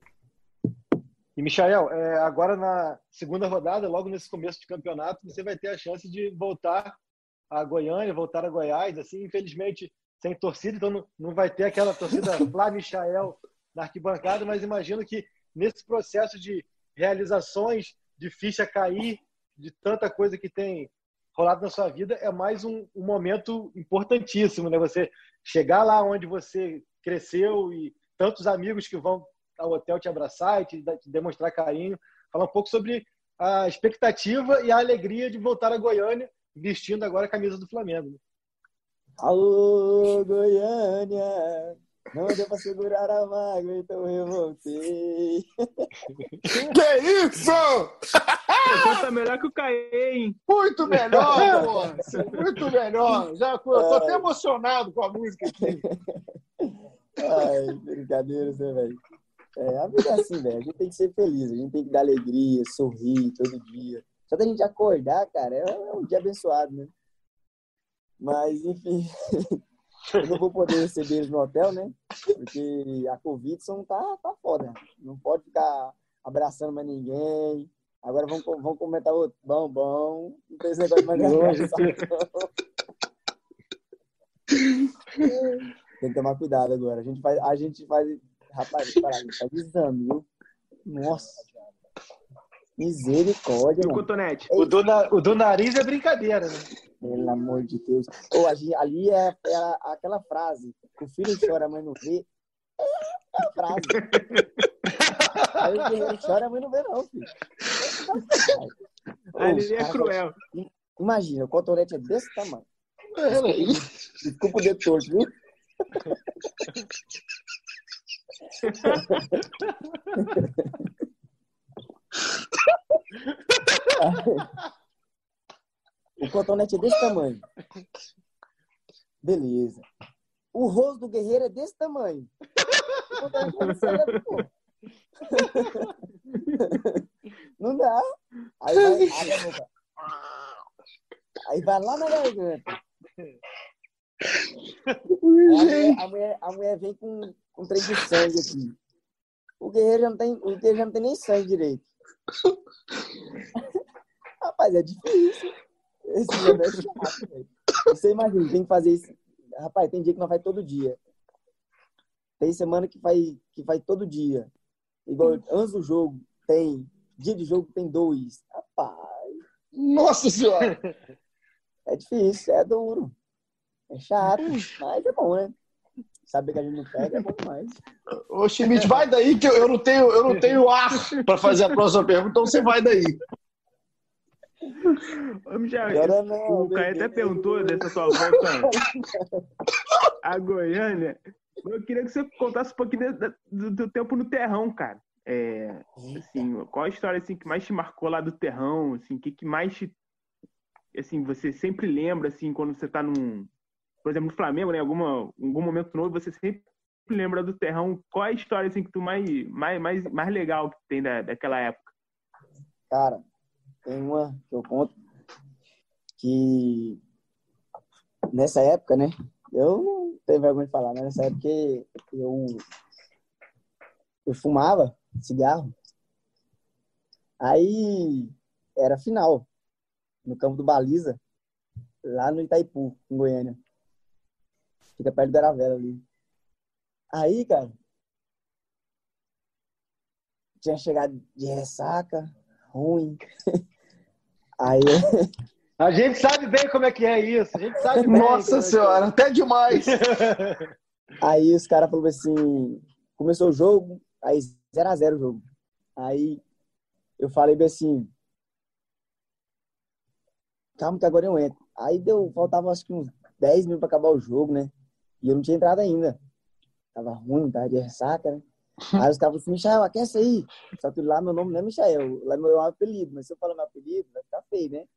E, Michael, é, agora na segunda rodada, logo nesse começo de campeonato, você vai ter a chance de voltar a Goiânia, voltar a Goiás, assim, infelizmente sem torcida, então não, não vai ter aquela torcida Flá Michael na arquibancada, mas imagino que nesse processo de realizações, de ficha cair, de tanta coisa que tem rolado na sua vida, é mais um, um momento importantíssimo, né? Você chegar lá onde você cresceu e tantos amigos que vão ao hotel te abraçar e te, te demonstrar carinho. Falar um pouco sobre a expectativa e a alegria de voltar a Goiânia vestindo agora a camisa do Flamengo. Alô, Goiânia, não deu pra segurar a mágoa, então eu voltei. Que isso? Você tá melhor que o Caê, hein? Muito melhor, pô. Muito melhor. Já, eu tô até emocionado com a música aqui. Ai, brincadeira, né, velho? É, a vida é assim, velho. A gente tem que ser feliz, a gente tem que dar alegria, sorrir todo dia. Só da gente acordar, cara, é um dia abençoado, né? Mas, enfim, eu não vou poder receber eles no hotel, né? Porque a Covid tá, tá foda. Não pode ficar abraçando mais ninguém. Agora vamos, vamos comentar outro. Bom, bom. Não tem esse negócio de mais abraço. Tem que tomar cuidado agora. A gente faz... A gente faz rapaz, para, a gente faz exame, viu? Nossa. Misericórdia, E o mano. cotonete? O do, na, o do nariz é brincadeira, né? Pelo amor de Deus. Ô, ali é, é aquela frase. O filho chora, a mãe não vê. É a frase. Aí o guerreiro chora, a mãe não vê, não, filho. Ô, Ali é cruel. Imagina, o cotonete é desse tamanho. Desculpa o dedo torto, viu? O cotonete é desse tamanho. Beleza. O rosto do guerreiro é desse tamanho. O cotonete é desse tamanho, pô. Não dá. Aí vai, abre a boca. Aí vai lá na garganta. A mulher, a, mulher, a mulher vem com, com um trem de sangue aqui. O guerreiro já não tem, o guerreiro já não tem nem sangue direito. Rapaz, é difícil. Esse jogo é chato, velho. Você imagina, tem que fazer isso. Rapaz, tem dia que não faz todo dia. Tem semana que faz, que faz todo dia. Igual antes do jogo, tem. Dia de jogo tem dois. Rapaz. Nossa Senhora! É difícil, é duro. É chato, mas é bom, né? Saber que a gente não pega é bom demais. Ô, Schmidt, vai daí que eu, eu, não tenho, eu não tenho ar para fazer a próxima pergunta, então você vai daí. Vamos já. Agora não, O Caio até perguntou dessa sua volta a Goiânia. Eu queria que você contasse um pouquinho do teu tempo no Terrão, cara. É, assim, qual a história assim, que mais te marcou lá do Terrão? Assim, o que, que mais te assim, você sempre lembra, assim, quando você tá num... Por exemplo, no Flamengo, né? Alguma, algum momento novo, você sempre lembra do Terrão. Qual é a história, assim, que tu mais, mais, mais, mais legal que tem da, daquela época? Cara, tem uma que eu conto que nessa época, né? Eu não tenho vergonha de falar, mas nessa época eu, eu fumava cigarro. Aí era final, no campo do Baliza, lá no Itaipu, em Goiânia. Fica perto do Garavela ali. Aí, cara, tinha chegado de ressaca, ruim. Aí eu... A gente sabe bem como é que é isso. A gente sabe bem. Nossa senhora, até demais. Aí os caras falaram assim, começou o jogo, aí zero a zero o jogo. Aí eu falei bem assim, calma que agora eu entro. Aí deu, faltava acho que uns dez minutos pra acabar o jogo, né? E eu não tinha entrado ainda. Tava ruim, tava de ressaca, né? Aí os caras falaram assim, Michael, aquece aí. Só que lá meu nome não é Michael, lá é meu apelido. Mas se eu falar meu apelido, vai ficar feio, né?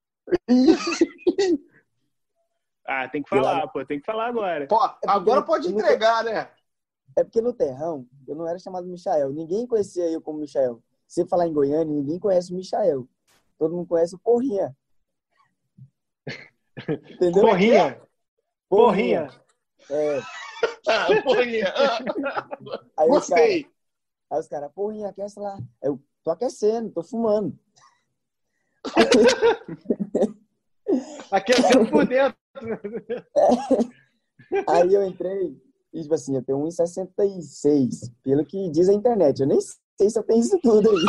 Ah, tem que falar, pô, tem que falar agora. Pô, agora pode entregar, né? É porque no Terrão, eu não era chamado Michael. Ninguém conhecia eu como Michael. Se você falar em Goiânia, ninguém conhece o Michael. Todo mundo conhece o Porrinha. Entendeu? Porrinha. Porrinha. É. Ah, porrinha. Aí Gostei. Os cara, aí os caras, porrinha, aquece lá. Eu tô aquecendo, tô fumando. Aquecendo por dentro. É. Aí eu entrei e, tipo assim, eu tenho um e sessenta e seis, pelo que diz a internet. Eu nem sei se eu tenho isso tudo aí.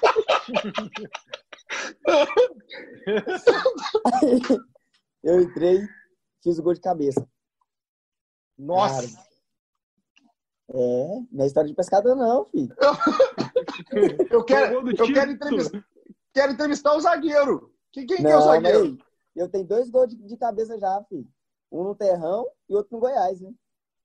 Aí eu entrei, fiz o gol de cabeça. Nossa! Cara, é, não é história de pescador não, filho. Eu quero, eu quero, entrevistar, quero entrevistar o zagueiro. Quem, quem não, que é o zagueiro? Eu tenho dois gols de, de cabeça já, filho. Um no Terrão e outro no Goiás, né?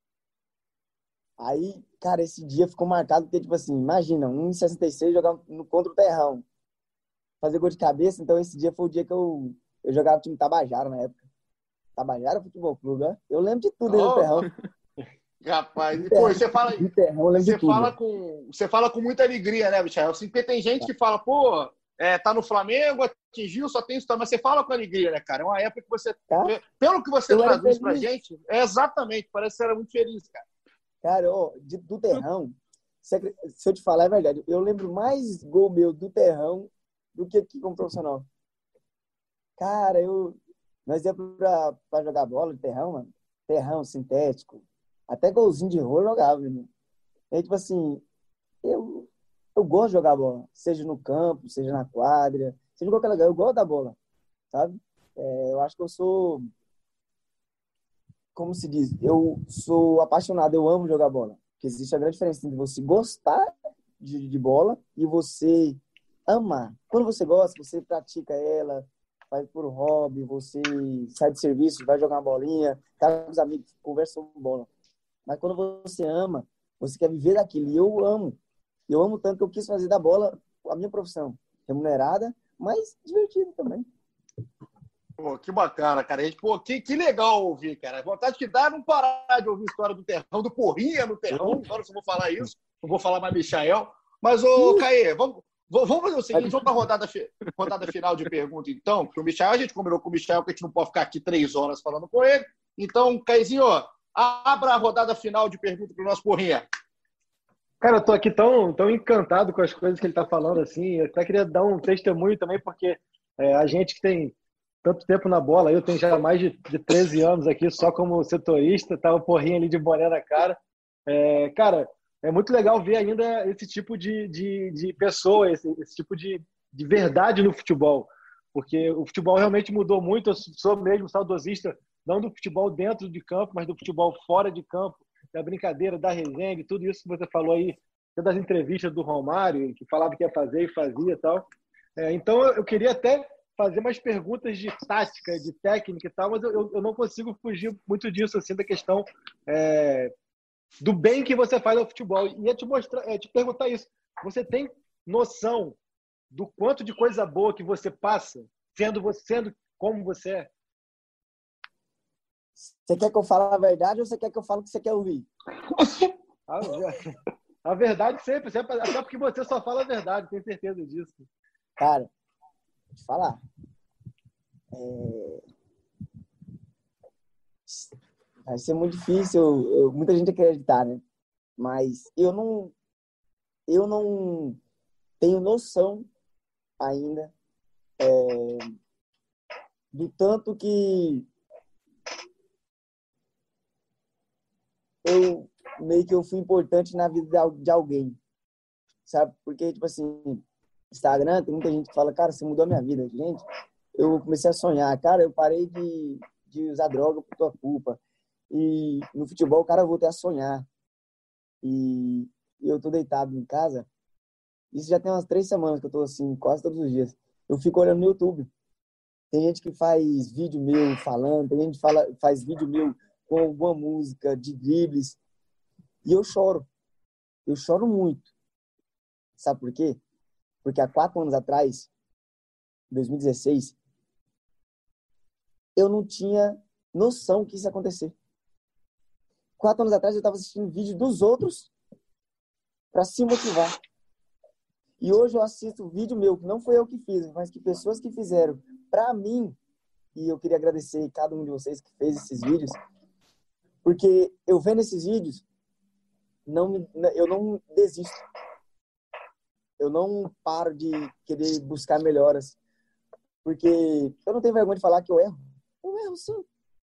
Aí, cara, esse dia ficou marcado porque, tipo assim, imagina, um e sessenta e seis jogar no, contra o Terrão. Fazer gol de cabeça, então esse dia foi o dia que eu, eu jogava no time Tabajara na época. Tabajara Futebol Clube, né? Eu lembro de tudo aí no Terrão. Rapaz, e, pô, você fala, terrão, você, fala com, você fala com muita alegria, né, Michael? Assim, porque tem gente que fala, pô, é, tá no Flamengo, atingiu, só tem isso, mas você fala com alegria, né, cara? É uma época que você, tá? Pelo que você eu traduz pra gente, é exatamente, parece que você era muito feliz, cara. Cara, ó, de, do Terrão, se, se eu te falar, é verdade, eu lembro mais gol meu do Terrão do que aqui como profissional. Cara, eu... Nós ia pra, pra jogar bola de terrão, mano. Terrão, sintético. Até golzinho de rua eu jogava, né? E, tipo assim, eu, eu gosto de jogar bola. Seja no campo, seja na quadra, seja em qualquer lugar. Eu gosto da bola, sabe? É, eu acho que eu sou... Como se diz? Eu sou apaixonado, eu amo jogar bola. Porque existe a grande diferença entre você gostar de, de bola e você amar. Quando você gosta, você pratica ela... Vai por hobby, você sai de serviço, vai jogar uma bolinha, tá com os amigos, conversa sobre bola. Mas quando você ama, você quer viver daquilo. E eu amo. Eu amo tanto que eu quis fazer da bola a minha profissão. Remunerada, mas divertida também. Pô, que bacana, cara. Pô, que, que legal ouvir, cara. A vontade que dá é não parar de ouvir a história do Terrão, do Porrinha no Terrão. Agora eu só vou falar isso. Não vou falar mais Michael. Mas, ô, Caê, vamos... Vamos fazer o seguinte, vamos para a rodada, rodada final de pergunta, então, porque o Michael, a gente combinou com o Michael que a gente não pode ficar aqui três horas falando com ele. Então, Caizinho, abra a rodada final de pergunta para o nosso Porrinha. Cara, eu tô aqui tão, tão encantado com as coisas que ele tá falando, assim. Eu até queria dar um testemunho também, porque é, a gente que tem tanto tempo na bola, eu tenho já mais de, de treze anos aqui, só como setorista, tá o Porrinha ali de boné na cara. É, cara... É muito legal ver ainda esse tipo de, de, de pessoa, esse, esse tipo de, de verdade no futebol. Porque o futebol realmente mudou muito. Eu sou mesmo saudosista, não do futebol dentro de campo, mas do futebol fora de campo, da brincadeira, da resenha, de tudo isso que você falou aí, das entrevistas do Romário, que falava que ia fazer e fazia e tal. É, então, eu queria até fazer umas perguntas de tática, de técnica e tal, mas eu, eu não consigo fugir muito disso, assim, da questão... É, do bem que você faz ao futebol. E ia te mostrar, ia te perguntar isso. Você tem noção do quanto de coisa boa que você passa, sendo você, sendo como você é? Você quer que eu fale a verdade ou você quer que eu fale o que você quer ouvir? A, a verdade sempre, sempre, até porque você só fala a verdade, tenho certeza disso. Cara, vou te falar. É... Vai ser muito difícil, eu, eu, muita gente acreditar, né? Mas eu não, eu não tenho noção ainda é, do tanto que eu meio que eu fui importante na vida de alguém, sabe? Porque, tipo assim, Instagram, tem muita gente que fala, cara, você mudou a minha vida. Gente, eu comecei a sonhar, cara, eu parei de, de usar droga por tua culpa. E no futebol, o cara, eu voltei a sonhar. E, e eu tô deitado em casa. Isso já tem umas três semanas que eu tô assim, quase todos os dias. Eu fico olhando no YouTube. Tem gente que faz vídeo meu falando, tem gente que fala, faz vídeo meu com alguma música de dribles. E eu choro. Eu choro muito. Sabe por quê? Porque há quatro anos atrás, em dois mil e dezesseis, eu não tinha noção que isso ia acontecer. Quatro anos atrás, eu estava assistindo vídeo dos outros para se motivar. E hoje eu assisto vídeo meu, que não foi eu que fiz, mas que pessoas que fizeram para mim. E eu queria agradecer cada um de vocês que fez esses vídeos, porque eu vendo esses vídeos, não me, eu não desisto. Eu não paro de querer buscar melhoras, porque eu não tenho vergonha de falar que eu erro. Eu erro sim.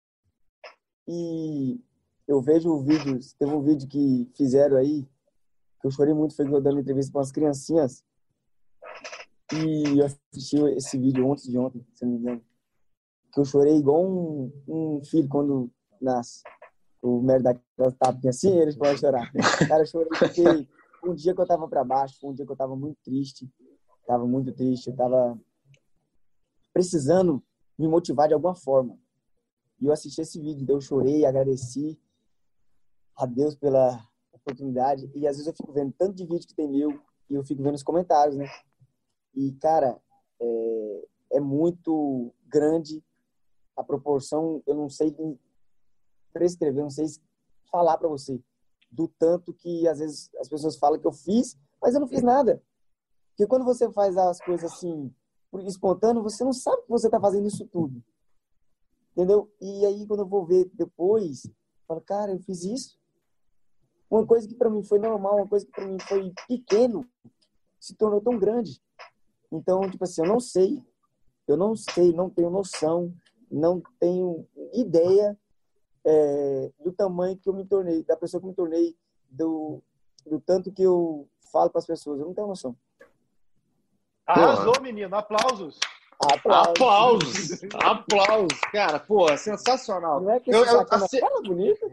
E eu vejo vídeos, teve um vídeo que fizeram aí, que eu chorei muito, foi eu dando entrevista para umas criancinhas. E eu assisti esse vídeo antes de ontem, se não me engano. Que eu chorei igual um, um filho quando nasce. O merda daquela tapinha assim, eles podem chorar. Cara, eu chorei porque um dia que eu tava pra baixo, foi um dia que eu tava muito triste. Tava muito triste, eu tava precisando me motivar de alguma forma. E eu assisti esse vídeo, então eu chorei, agradeci a Deus pela oportunidade. E às vezes eu fico vendo tanto de vídeo que tem meu e eu fico vendo os comentários, né? E, cara, é, é muito grande a proporção, eu não sei prescrever, não sei falar pra você, do tanto que às vezes as pessoas falam que eu fiz, mas eu não fiz nada. Porque quando você faz as coisas assim, por espontâneo, você não sabe que você tá fazendo isso tudo. Entendeu? E aí, quando eu vou ver depois, eu falo, cara, eu fiz isso. Uma coisa que pra mim foi normal, uma coisa que pra mim foi pequeno, se tornou tão grande. Então, tipo assim, eu não sei, eu não sei, não tenho noção, não tenho ideia é, do tamanho que eu me tornei, da pessoa que eu me tornei, do, do tanto que eu falo para as pessoas. Eu não tenho noção. Arrasou, porra. Menino. Aplausos. Aplausos. Aplausos. Aplausos. Cara, pô, sensacional. Não é que esse eu, eu, assim... fala bonito?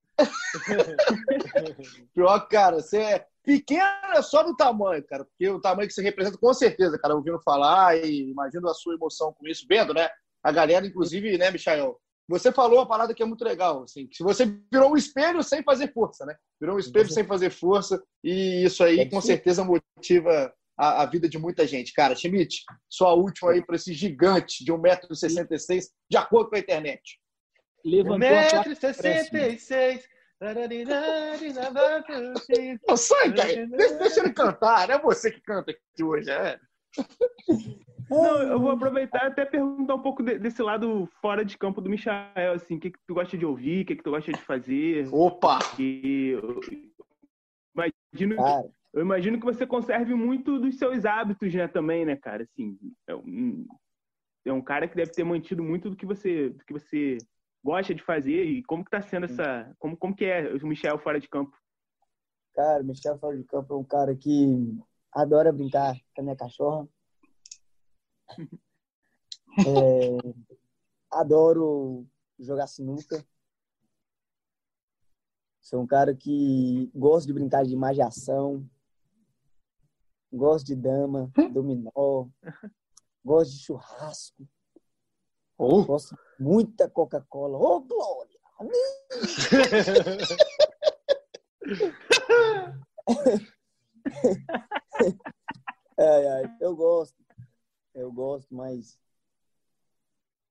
Pior, cara, você é pequena só no tamanho, cara, porque o tamanho que você representa, com certeza, cara, ouvindo falar e imagino a sua emoção com isso, vendo, né? A galera, inclusive, né, Michael? Você falou uma parada que é muito legal, assim, que você virou um espelho sem fazer força, né? Virou um espelho sem fazer força e isso aí, com certeza, motiva a, a vida de muita gente. Cara, Schmidt, sua última aí para esse gigante de um metro e sessenta e seis, de acordo com a internet. Levantou um metro e sessenta e seis. Não, sai, cara. Deixa, deixa ele cantar, não é você que canta aqui hoje, é? Não, eu vou aproveitar e até perguntar um pouco de, desse lado fora de campo do Michael, assim, o que, que tu gosta de ouvir, o que, que tu gosta de fazer. Opa! E eu, imagino que, eu imagino que você conserve muito dos seus hábitos, né, também, né, cara? Assim, é um, é um cara que deve ter mantido muito do que você, do que você gosta de fazer. E como que tá sendo essa... Como, como que é o Michael fora de campo? Cara, o Michael fora de campo é um cara que adora brincar com a minha cachorra. É, adoro jogar sinuca. Sou um cara que gosta de brincar de imaginação, gosto de dama, dominó, gosto de churrasco, oh. Gosto de muita Coca-Cola. Ô, oh, Glória! ai, ai, eu gosto. Eu gosto, mas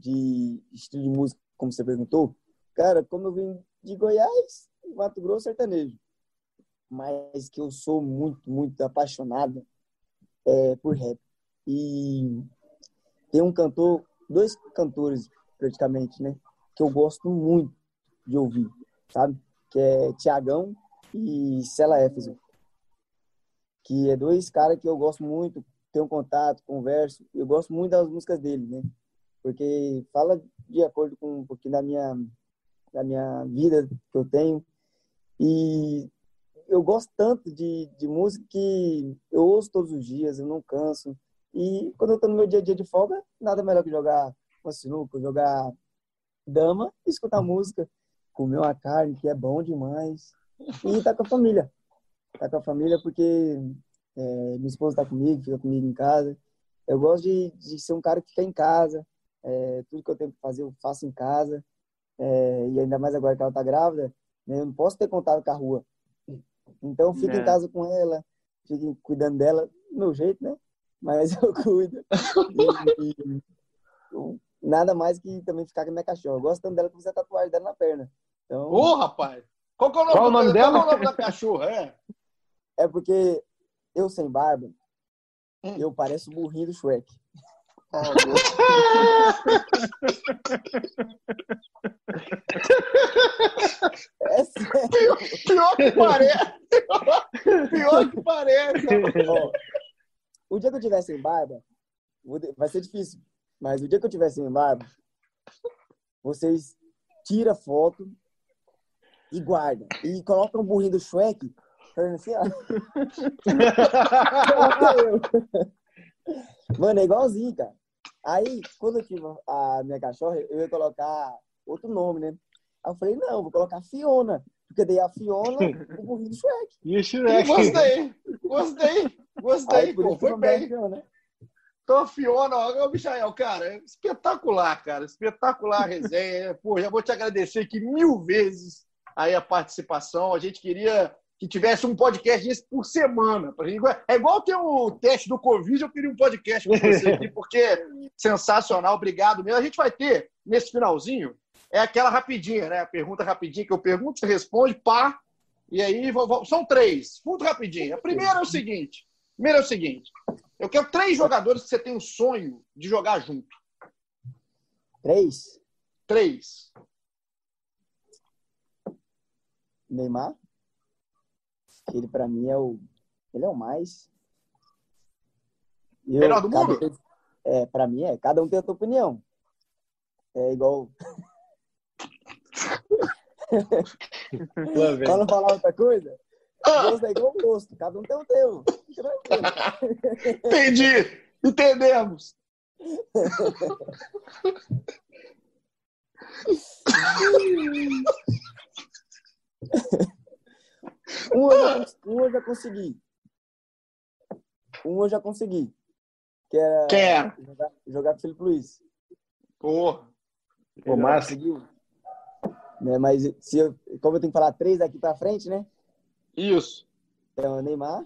de estilo de música, como você perguntou, cara, como eu vim de Goiás, Mato Grosso, sertanejo. Mas que eu sou muito, muito apaixonado é, por rap. E tem um cantor, dois cantores, praticamente, né? Que eu gosto muito de ouvir, sabe? Que é Tiagão e Cela Éfeso. Que é dois caras que eu gosto muito, tenho contato, converso. Eu gosto muito das músicas dele, né? Porque fala de acordo com um pouquinho da minha, da minha vida que eu tenho. E eu gosto tanto de, de música que eu ouço todos os dias, eu não canso. E quando eu tô no meu dia a dia de folga, nada melhor que jogar uma sinuca, jogar dama, escutar música, comer uma carne, que é bom demais. E tá com a família. Tá com a família porque é, minha esposa tá comigo, fica comigo em casa. Eu gosto de, de ser um cara que fica em casa. É, tudo que eu tenho que fazer, eu faço em casa. É, e ainda mais agora que ela tá grávida, né, eu não posso ter contato com a rua. Então, eu fico é. em casa com ela, fico cuidando dela, do meu jeito, né? Mas eu cuido. E, e, nada mais que também ficar com a minha cachorra. Eu gosto tanto dela que você tatuagem dela na perna. Então... Ô, oh, rapaz! Qual que é o nome, Qual o nome do, dela? Qual é o nome da cachorra? É, é porque eu sem barba, hum. eu pareço o burrinho do Shrek. Oh, Deus. É sério. Pior, pior que parece. Pior que parece. Ó, o dia que eu tiver sem barba, vai ser difícil. Mas o dia que eu tiver sem barba, vocês tiram foto e guardam. E colocam o burrinho do Shrek. Assim, ó. Mano, é igualzinho, cara. Aí, quando eu tive a minha cachorra, eu ia colocar outro nome, né? Aí eu falei, não, vou colocar Fiona. Porque daí a Fiona, o burrinho do Shrek. E o Shrek. Gostei, gostei, gostei. Aí, Pô, foi bem. Fiona. Então, a Fiona, ó, o Michael, cara, espetacular, cara. Espetacular a resenha. Pô, já vou te agradecer aqui mil vezes aí a participação. A gente queria que tivesse um podcast desse por semana. É igual ter o teste do Covid, eu queria um podcast com você aqui, porque é sensacional, obrigado mesmo. A gente vai ter, nesse finalzinho, é aquela rapidinha, né? A pergunta rapidinha que eu pergunto, você responde, pá, e aí são três, muito rapidinho. A primeira é o seguinte, primeiro é o seguinte, eu quero três jogadores que você tem o sonho de jogar junto. Três? Três. Neymar? Ele, pra mim, é o... Ele é o mais... Eu, melhor do mundo? Tem... É, pra mim é. Cada um tem a sua opinião. É igual... Pra não falar outra coisa, gosto é igual o gosto. Cada um tem o teu. Entendi. Entendemos. Um eu, já, um eu já consegui. Um eu já consegui. Que era Quem é? jogar, jogar com o Felipe Luiz. Porra. Pô, massa. Né, mas se eu, como eu tenho que falar três daqui pra frente, né? Isso. Então, Neymar.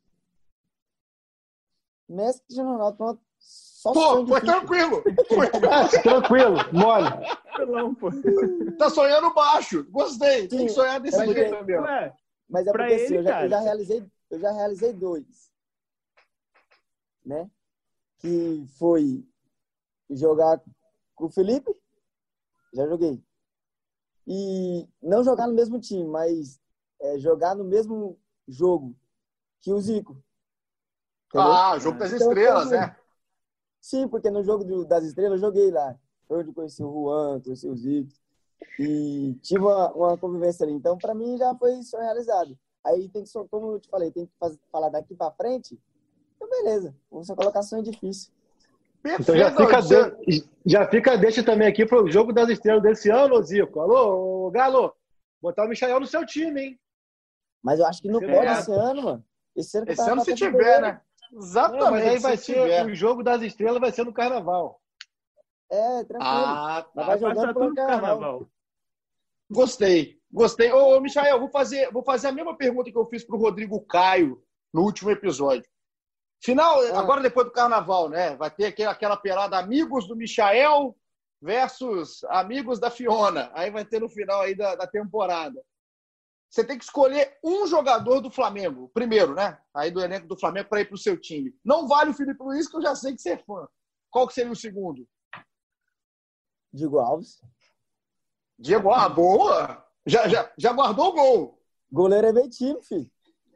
Messi e Ronaldo, pronto. Só pô, foi tranquilo. Foi tranquilo, mole. Não, pô. Tá sonhando baixo. Gostei. Sim, tem que sonhar desse é jeito mesmo. Ué, mas é porque ele, assim, eu já, cara, eu já realizei, eu já realizei dois. Né? Que foi jogar com o Felipe. Já joguei. E não jogar no mesmo time, mas é, jogar no mesmo jogo que o Zico. Entendeu? Ah, jogo das então, estrelas, né? Sim, porque no jogo do, das estrelas eu joguei lá. Eu conheci o Juan, conheci o Zico. E tive uma, uma convivência ali. Então, para mim, já foi sonho realizado. Aí tem que, como eu te falei, tem que fazer, falar daqui para frente. Então, beleza. Essa colocação é difícil. Então já fica, de... já fica deixa também aqui pro jogo das estrelas desse ano, Zico. Alô, Galo, botar o Michael no seu time, hein? Mas eu acho que não pode é. esse ano, mano. Esse ano, esse ano se tiver, né? Exatamente. Não, mas aí vai ser tiver. O jogo das estrelas vai ser no carnaval. É, tranquilo. Ah, tá. Vai jogando pelo carnaval. carnaval. Gostei, gostei. Ô, ô Michael, vou fazer, vou fazer a mesma pergunta que eu fiz pro Rodrigo Caio no último episódio. Final, ah. agora depois do carnaval, né? Vai ter aquela pelada Amigos do Michael versus Amigos da Fiona. Aí vai ter no final aí da, da temporada. Você tem que escolher um jogador do Flamengo, primeiro, né? Aí do elenco do Flamengo para ir para o seu time. Não vale o Felipe Luiz, que eu já sei que você é fã. Qual que seria o segundo? Diego Alves. Diego, ah, boa! Já, já, já guardou o gol. Goleiro é meio time, filho.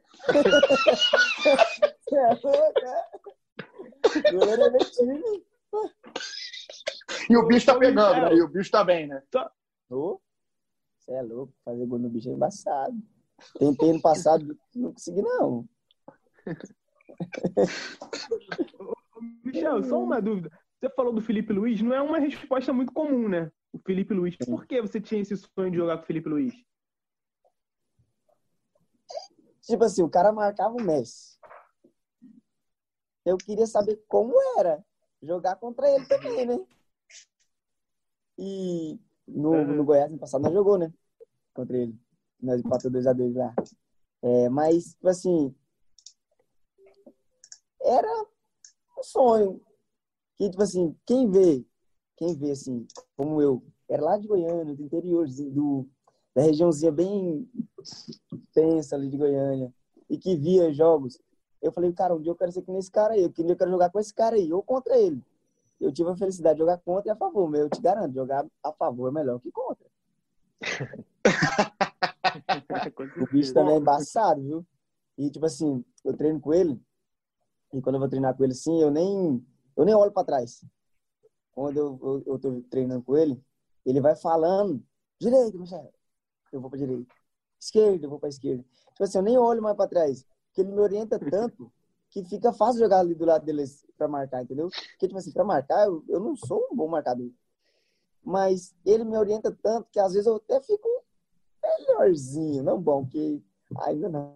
É louco, é? Goleiro é meio time. E o bicho tá pegando, né? E o bicho tá bem, né? Ô, você é louco. Fazer gol no bicho é embaçado. Tentei no passado, não consegui, não. Michel, só uma dúvida. Você falou do Felipe Luiz, não é uma resposta muito comum, né? O Felipe Luiz. Por que você tinha esse sonho de jogar com o Felipe Luiz? Tipo assim, o cara marcava o Messi. Eu queria saber como era jogar contra ele também, né? E no, no Goiás, no passado, nós jogou, né? Contra ele. Nós empatou dois a dois lá. É, mas, tipo assim, era um sonho. Que, tipo assim, quem vê, quem vê, assim, como eu, era lá de Goiânia, do interior, do, da regiãozinha bem tensa ali de Goiânia, e que via jogos, eu falei, cara, um dia eu quero ser que nesse cara aí, um dia eu quero jogar com esse cara aí, ou contra ele. Eu tive a felicidade de jogar contra e a favor, mas eu te garanto, jogar a favor é melhor que contra. O bicho também é embaçado, viu? E, tipo assim, eu treino com ele, e quando eu vou treinar com ele, assim, eu nem... Eu nem olho para trás. Quando eu, eu, eu tô treinando com ele, ele vai falando, direita, Michel, eu vou para direita. Esquerda, eu vou para esquerda. Tipo assim, eu nem olho mais para trás. Porque ele me orienta tanto que fica fácil jogar ali do lado dele para marcar, entendeu? Porque, tipo assim, para marcar, eu, eu não sou um bom marcador. Mas ele me orienta tanto que às vezes eu até fico melhorzinho. Não bom, que ainda não.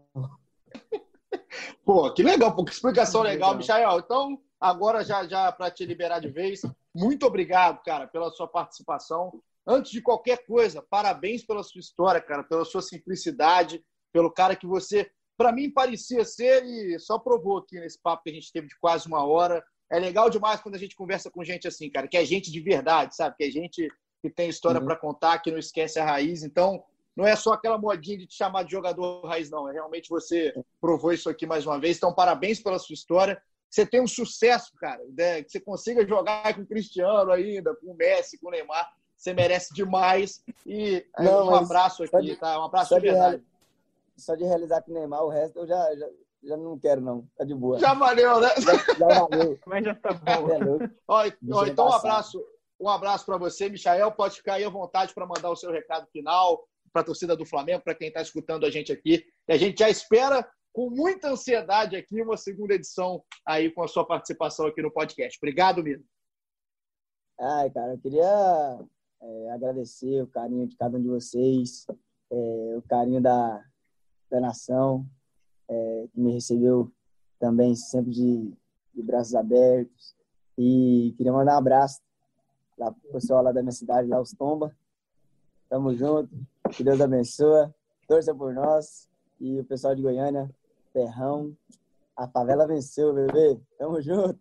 Pô, que legal, pô, que explicação legal, Michael. Então... Agora, já, já para te liberar de vez, muito obrigado, cara, pela sua participação. Antes de qualquer coisa, parabéns pela sua história, cara, pela sua simplicidade, pelo cara que você, para mim, parecia ser e só provou aqui nesse papo que a gente teve de quase uma hora. É legal demais quando a gente conversa com gente assim, cara, que é gente de verdade, sabe? Que é gente que tem história uhum. para contar, que não esquece a raiz. Então, não é só aquela modinha de te chamar de jogador raiz, não. É realmente você provou isso aqui mais uma vez. Então, parabéns pela sua história. Você tem um sucesso, cara, né? Que você consiga jogar com o Cristiano ainda, com o Messi, com o Neymar. Você merece demais. E não, um abraço aqui, de, tá? Um abraço de verdade. De só de realizar com o Neymar, o resto eu já, já, já não quero, não. Tá de boa. Já valeu, né? Já, já valeu. Mas já tá bom. É ó, ó, então, um abraço, um abraço para você, Michael. Pode ficar aí à vontade para mandar o seu recado final para a torcida do Flamengo, para quem está escutando a gente aqui. E a gente já espera com muita ansiedade aqui uma segunda edição aí com a sua participação aqui no podcast. Obrigado mesmo. Ai, cara, eu queria é, agradecer o carinho de cada um de vocês, é, o carinho da, da nação, é, que me recebeu também sempre de, de braços abertos. E queria mandar um abraço lá pro pessoal lá da minha cidade, lá os Tomba. Tamo junto, que Deus abençoe, torça por nós. E o pessoal de Goiânia, Terrão, a favela venceu, bebê. Tamo junto.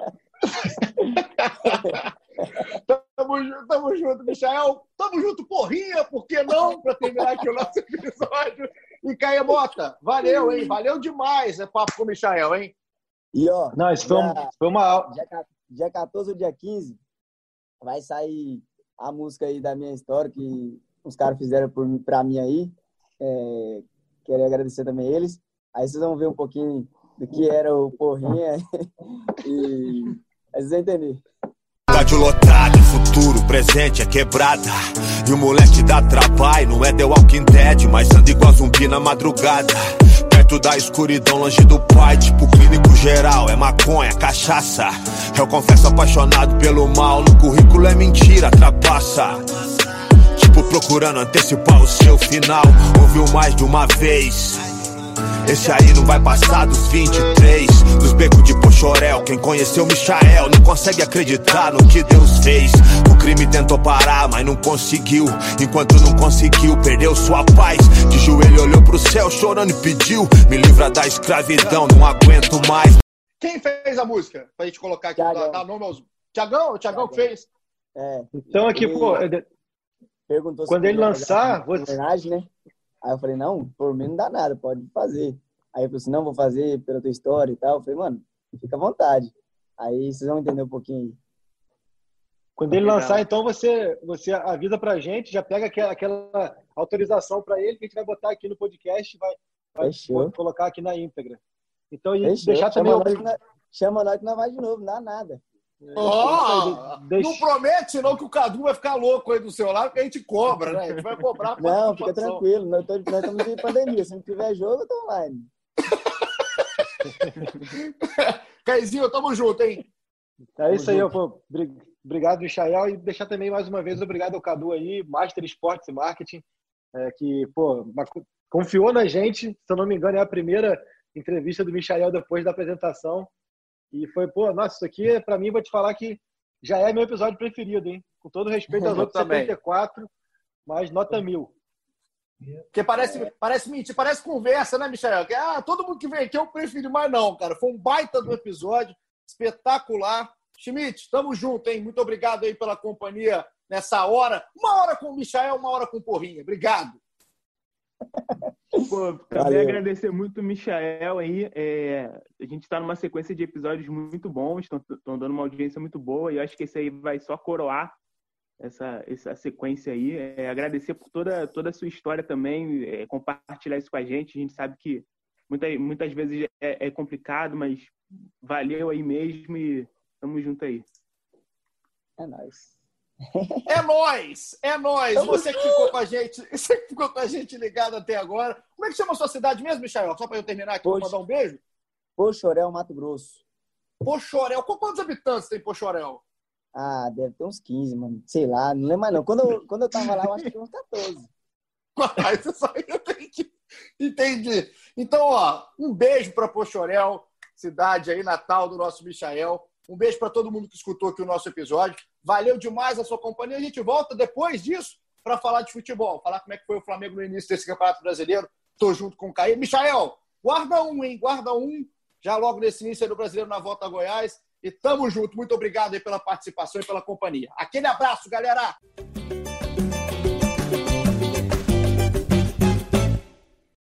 tamo junto, tamo junto, Michael. Tamo junto, porrinha, por que não? Para terminar aqui o nosso episódio. E Caia Mota, valeu, hein? Valeu demais, é papo com o Michael, hein? E ó, não, isso foi, dia, um, foi uma dia, dia quatorze ou dia quinze vai sair a música aí da minha história que os caras fizeram por, pra mim aí. É, quero agradecer também eles. Aí vocês vão ver um pouquinho do que era o Porrinha e aí vocês vão entender. Estádio lotado, futuro, presente é quebrada. E o moleque dá trabalho, não é The Walking Dead, mas anda igual zumbi na madrugada. Perto da escuridão, longe do pai, tipo clínico geral. É maconha, cachaça. Eu confesso apaixonado pelo mal, no currículo é mentira, trapaça. Tipo procurando antecipar o seu final. Ouviu mais de uma vez. Esse aí não vai passar dos vinte e três. Dos becos de Pochorel. Quem conheceu Michael não consegue acreditar no que Deus fez. O crime tentou parar, mas não conseguiu. Enquanto não conseguiu, perdeu sua paz. De joelho olhou pro céu chorando e pediu: me livra da escravidão, não aguento mais. Quem fez a música? Pra gente colocar aqui, dar nome aos... Tiagão? O Tiagão que fez? É. Então aqui, ele pô, perguntou quando se ele lançar, você... homenagem, né? Aí eu falei, não, por mim não dá nada, pode fazer. Aí ele falou assim, não, vou fazer pela tua história e tal. Eu falei, mano, fica à vontade. Aí vocês vão entender um pouquinho aí. Quando ele lançar, então você, você avisa pra gente, já pega aquela, aquela autorização para ele que a gente vai botar aqui no podcast, vai, vai colocar aqui na íntegra. Então, e Fechou. deixar também... Chama, o... nós, chama nós que nós vai de novo, não dá nada. Oh, deixa... Não promete não que o Cadu vai ficar louco aí do seu lado, que a gente cobra, né? A gente vai cobrar. Não, fica tranquilo, nós, tô, nós estamos em pandemia, se não tiver jogo, eu tô online. Caizinho, tamo junto, hein? É isso aí, eu, pô, obrigado, Michael, e deixar também mais uma vez obrigado ao Cadu aí, Master Esportes e Marketing, é, que, pô, confiou na gente, se eu não me engano, é a primeira entrevista do Michael depois da apresentação, e foi, pô, nossa, isso aqui, pra mim, vou te falar que já é meu episódio preferido, hein? Com todo respeito aos outros setenta e quatro, mas nota mil. Porque parece, parece mentira, parece conversa, né, Michael? Que, ah, todo mundo que vem aqui eu prefiro, mas não, cara. Foi um baita do episódio, espetacular. Schmidt, tamo junto, hein? Muito obrigado aí pela companhia nessa hora. Uma hora com o Michael, uma hora com o Porrinha. Obrigado. Pô, também agradecer muito o Michael aí. É, a gente está numa sequência de episódios muito bons, estão dando uma audiência muito boa, e eu acho que esse aí vai só coroar essa, essa sequência aí. É, agradecer por toda, toda a sua história também, é, compartilhar isso com a gente. A gente sabe que muitas, muitas vezes é, é complicado, mas valeu aí mesmo e tamo junto aí. É nóis. É nóis! É nóis! Você que ficou com a gente, você que ficou com a gente ligado até agora. Como é que chama a sua cidade mesmo, Michael? Só para eu terminar aqui, vou mandar um beijo. Poxorel, Mato Grosso. Poxorel. Quantos habitantes tem Poxorel? Ah, deve ter uns quinze, mano. Sei lá, não lembro mais não. Quando eu, quando eu tava lá, eu acho que tinha uns catorze. Ah, isso só eu entendi. Entendi. Então, ó, um beijo para Poxorel, cidade aí natal do nosso Michael. Um beijo para todo mundo que escutou aqui o nosso episódio. Valeu demais a sua companhia. A gente volta depois disso para falar de futebol. Falar como é que foi o Flamengo no início desse Campeonato Brasileiro. Tô junto com o Caí. Michael, guarda um, hein? Guarda um. Já logo nesse início do Brasileiro na volta a Goiás. E tamo junto. Muito obrigado aí pela participação e pela companhia. Aquele abraço, galera!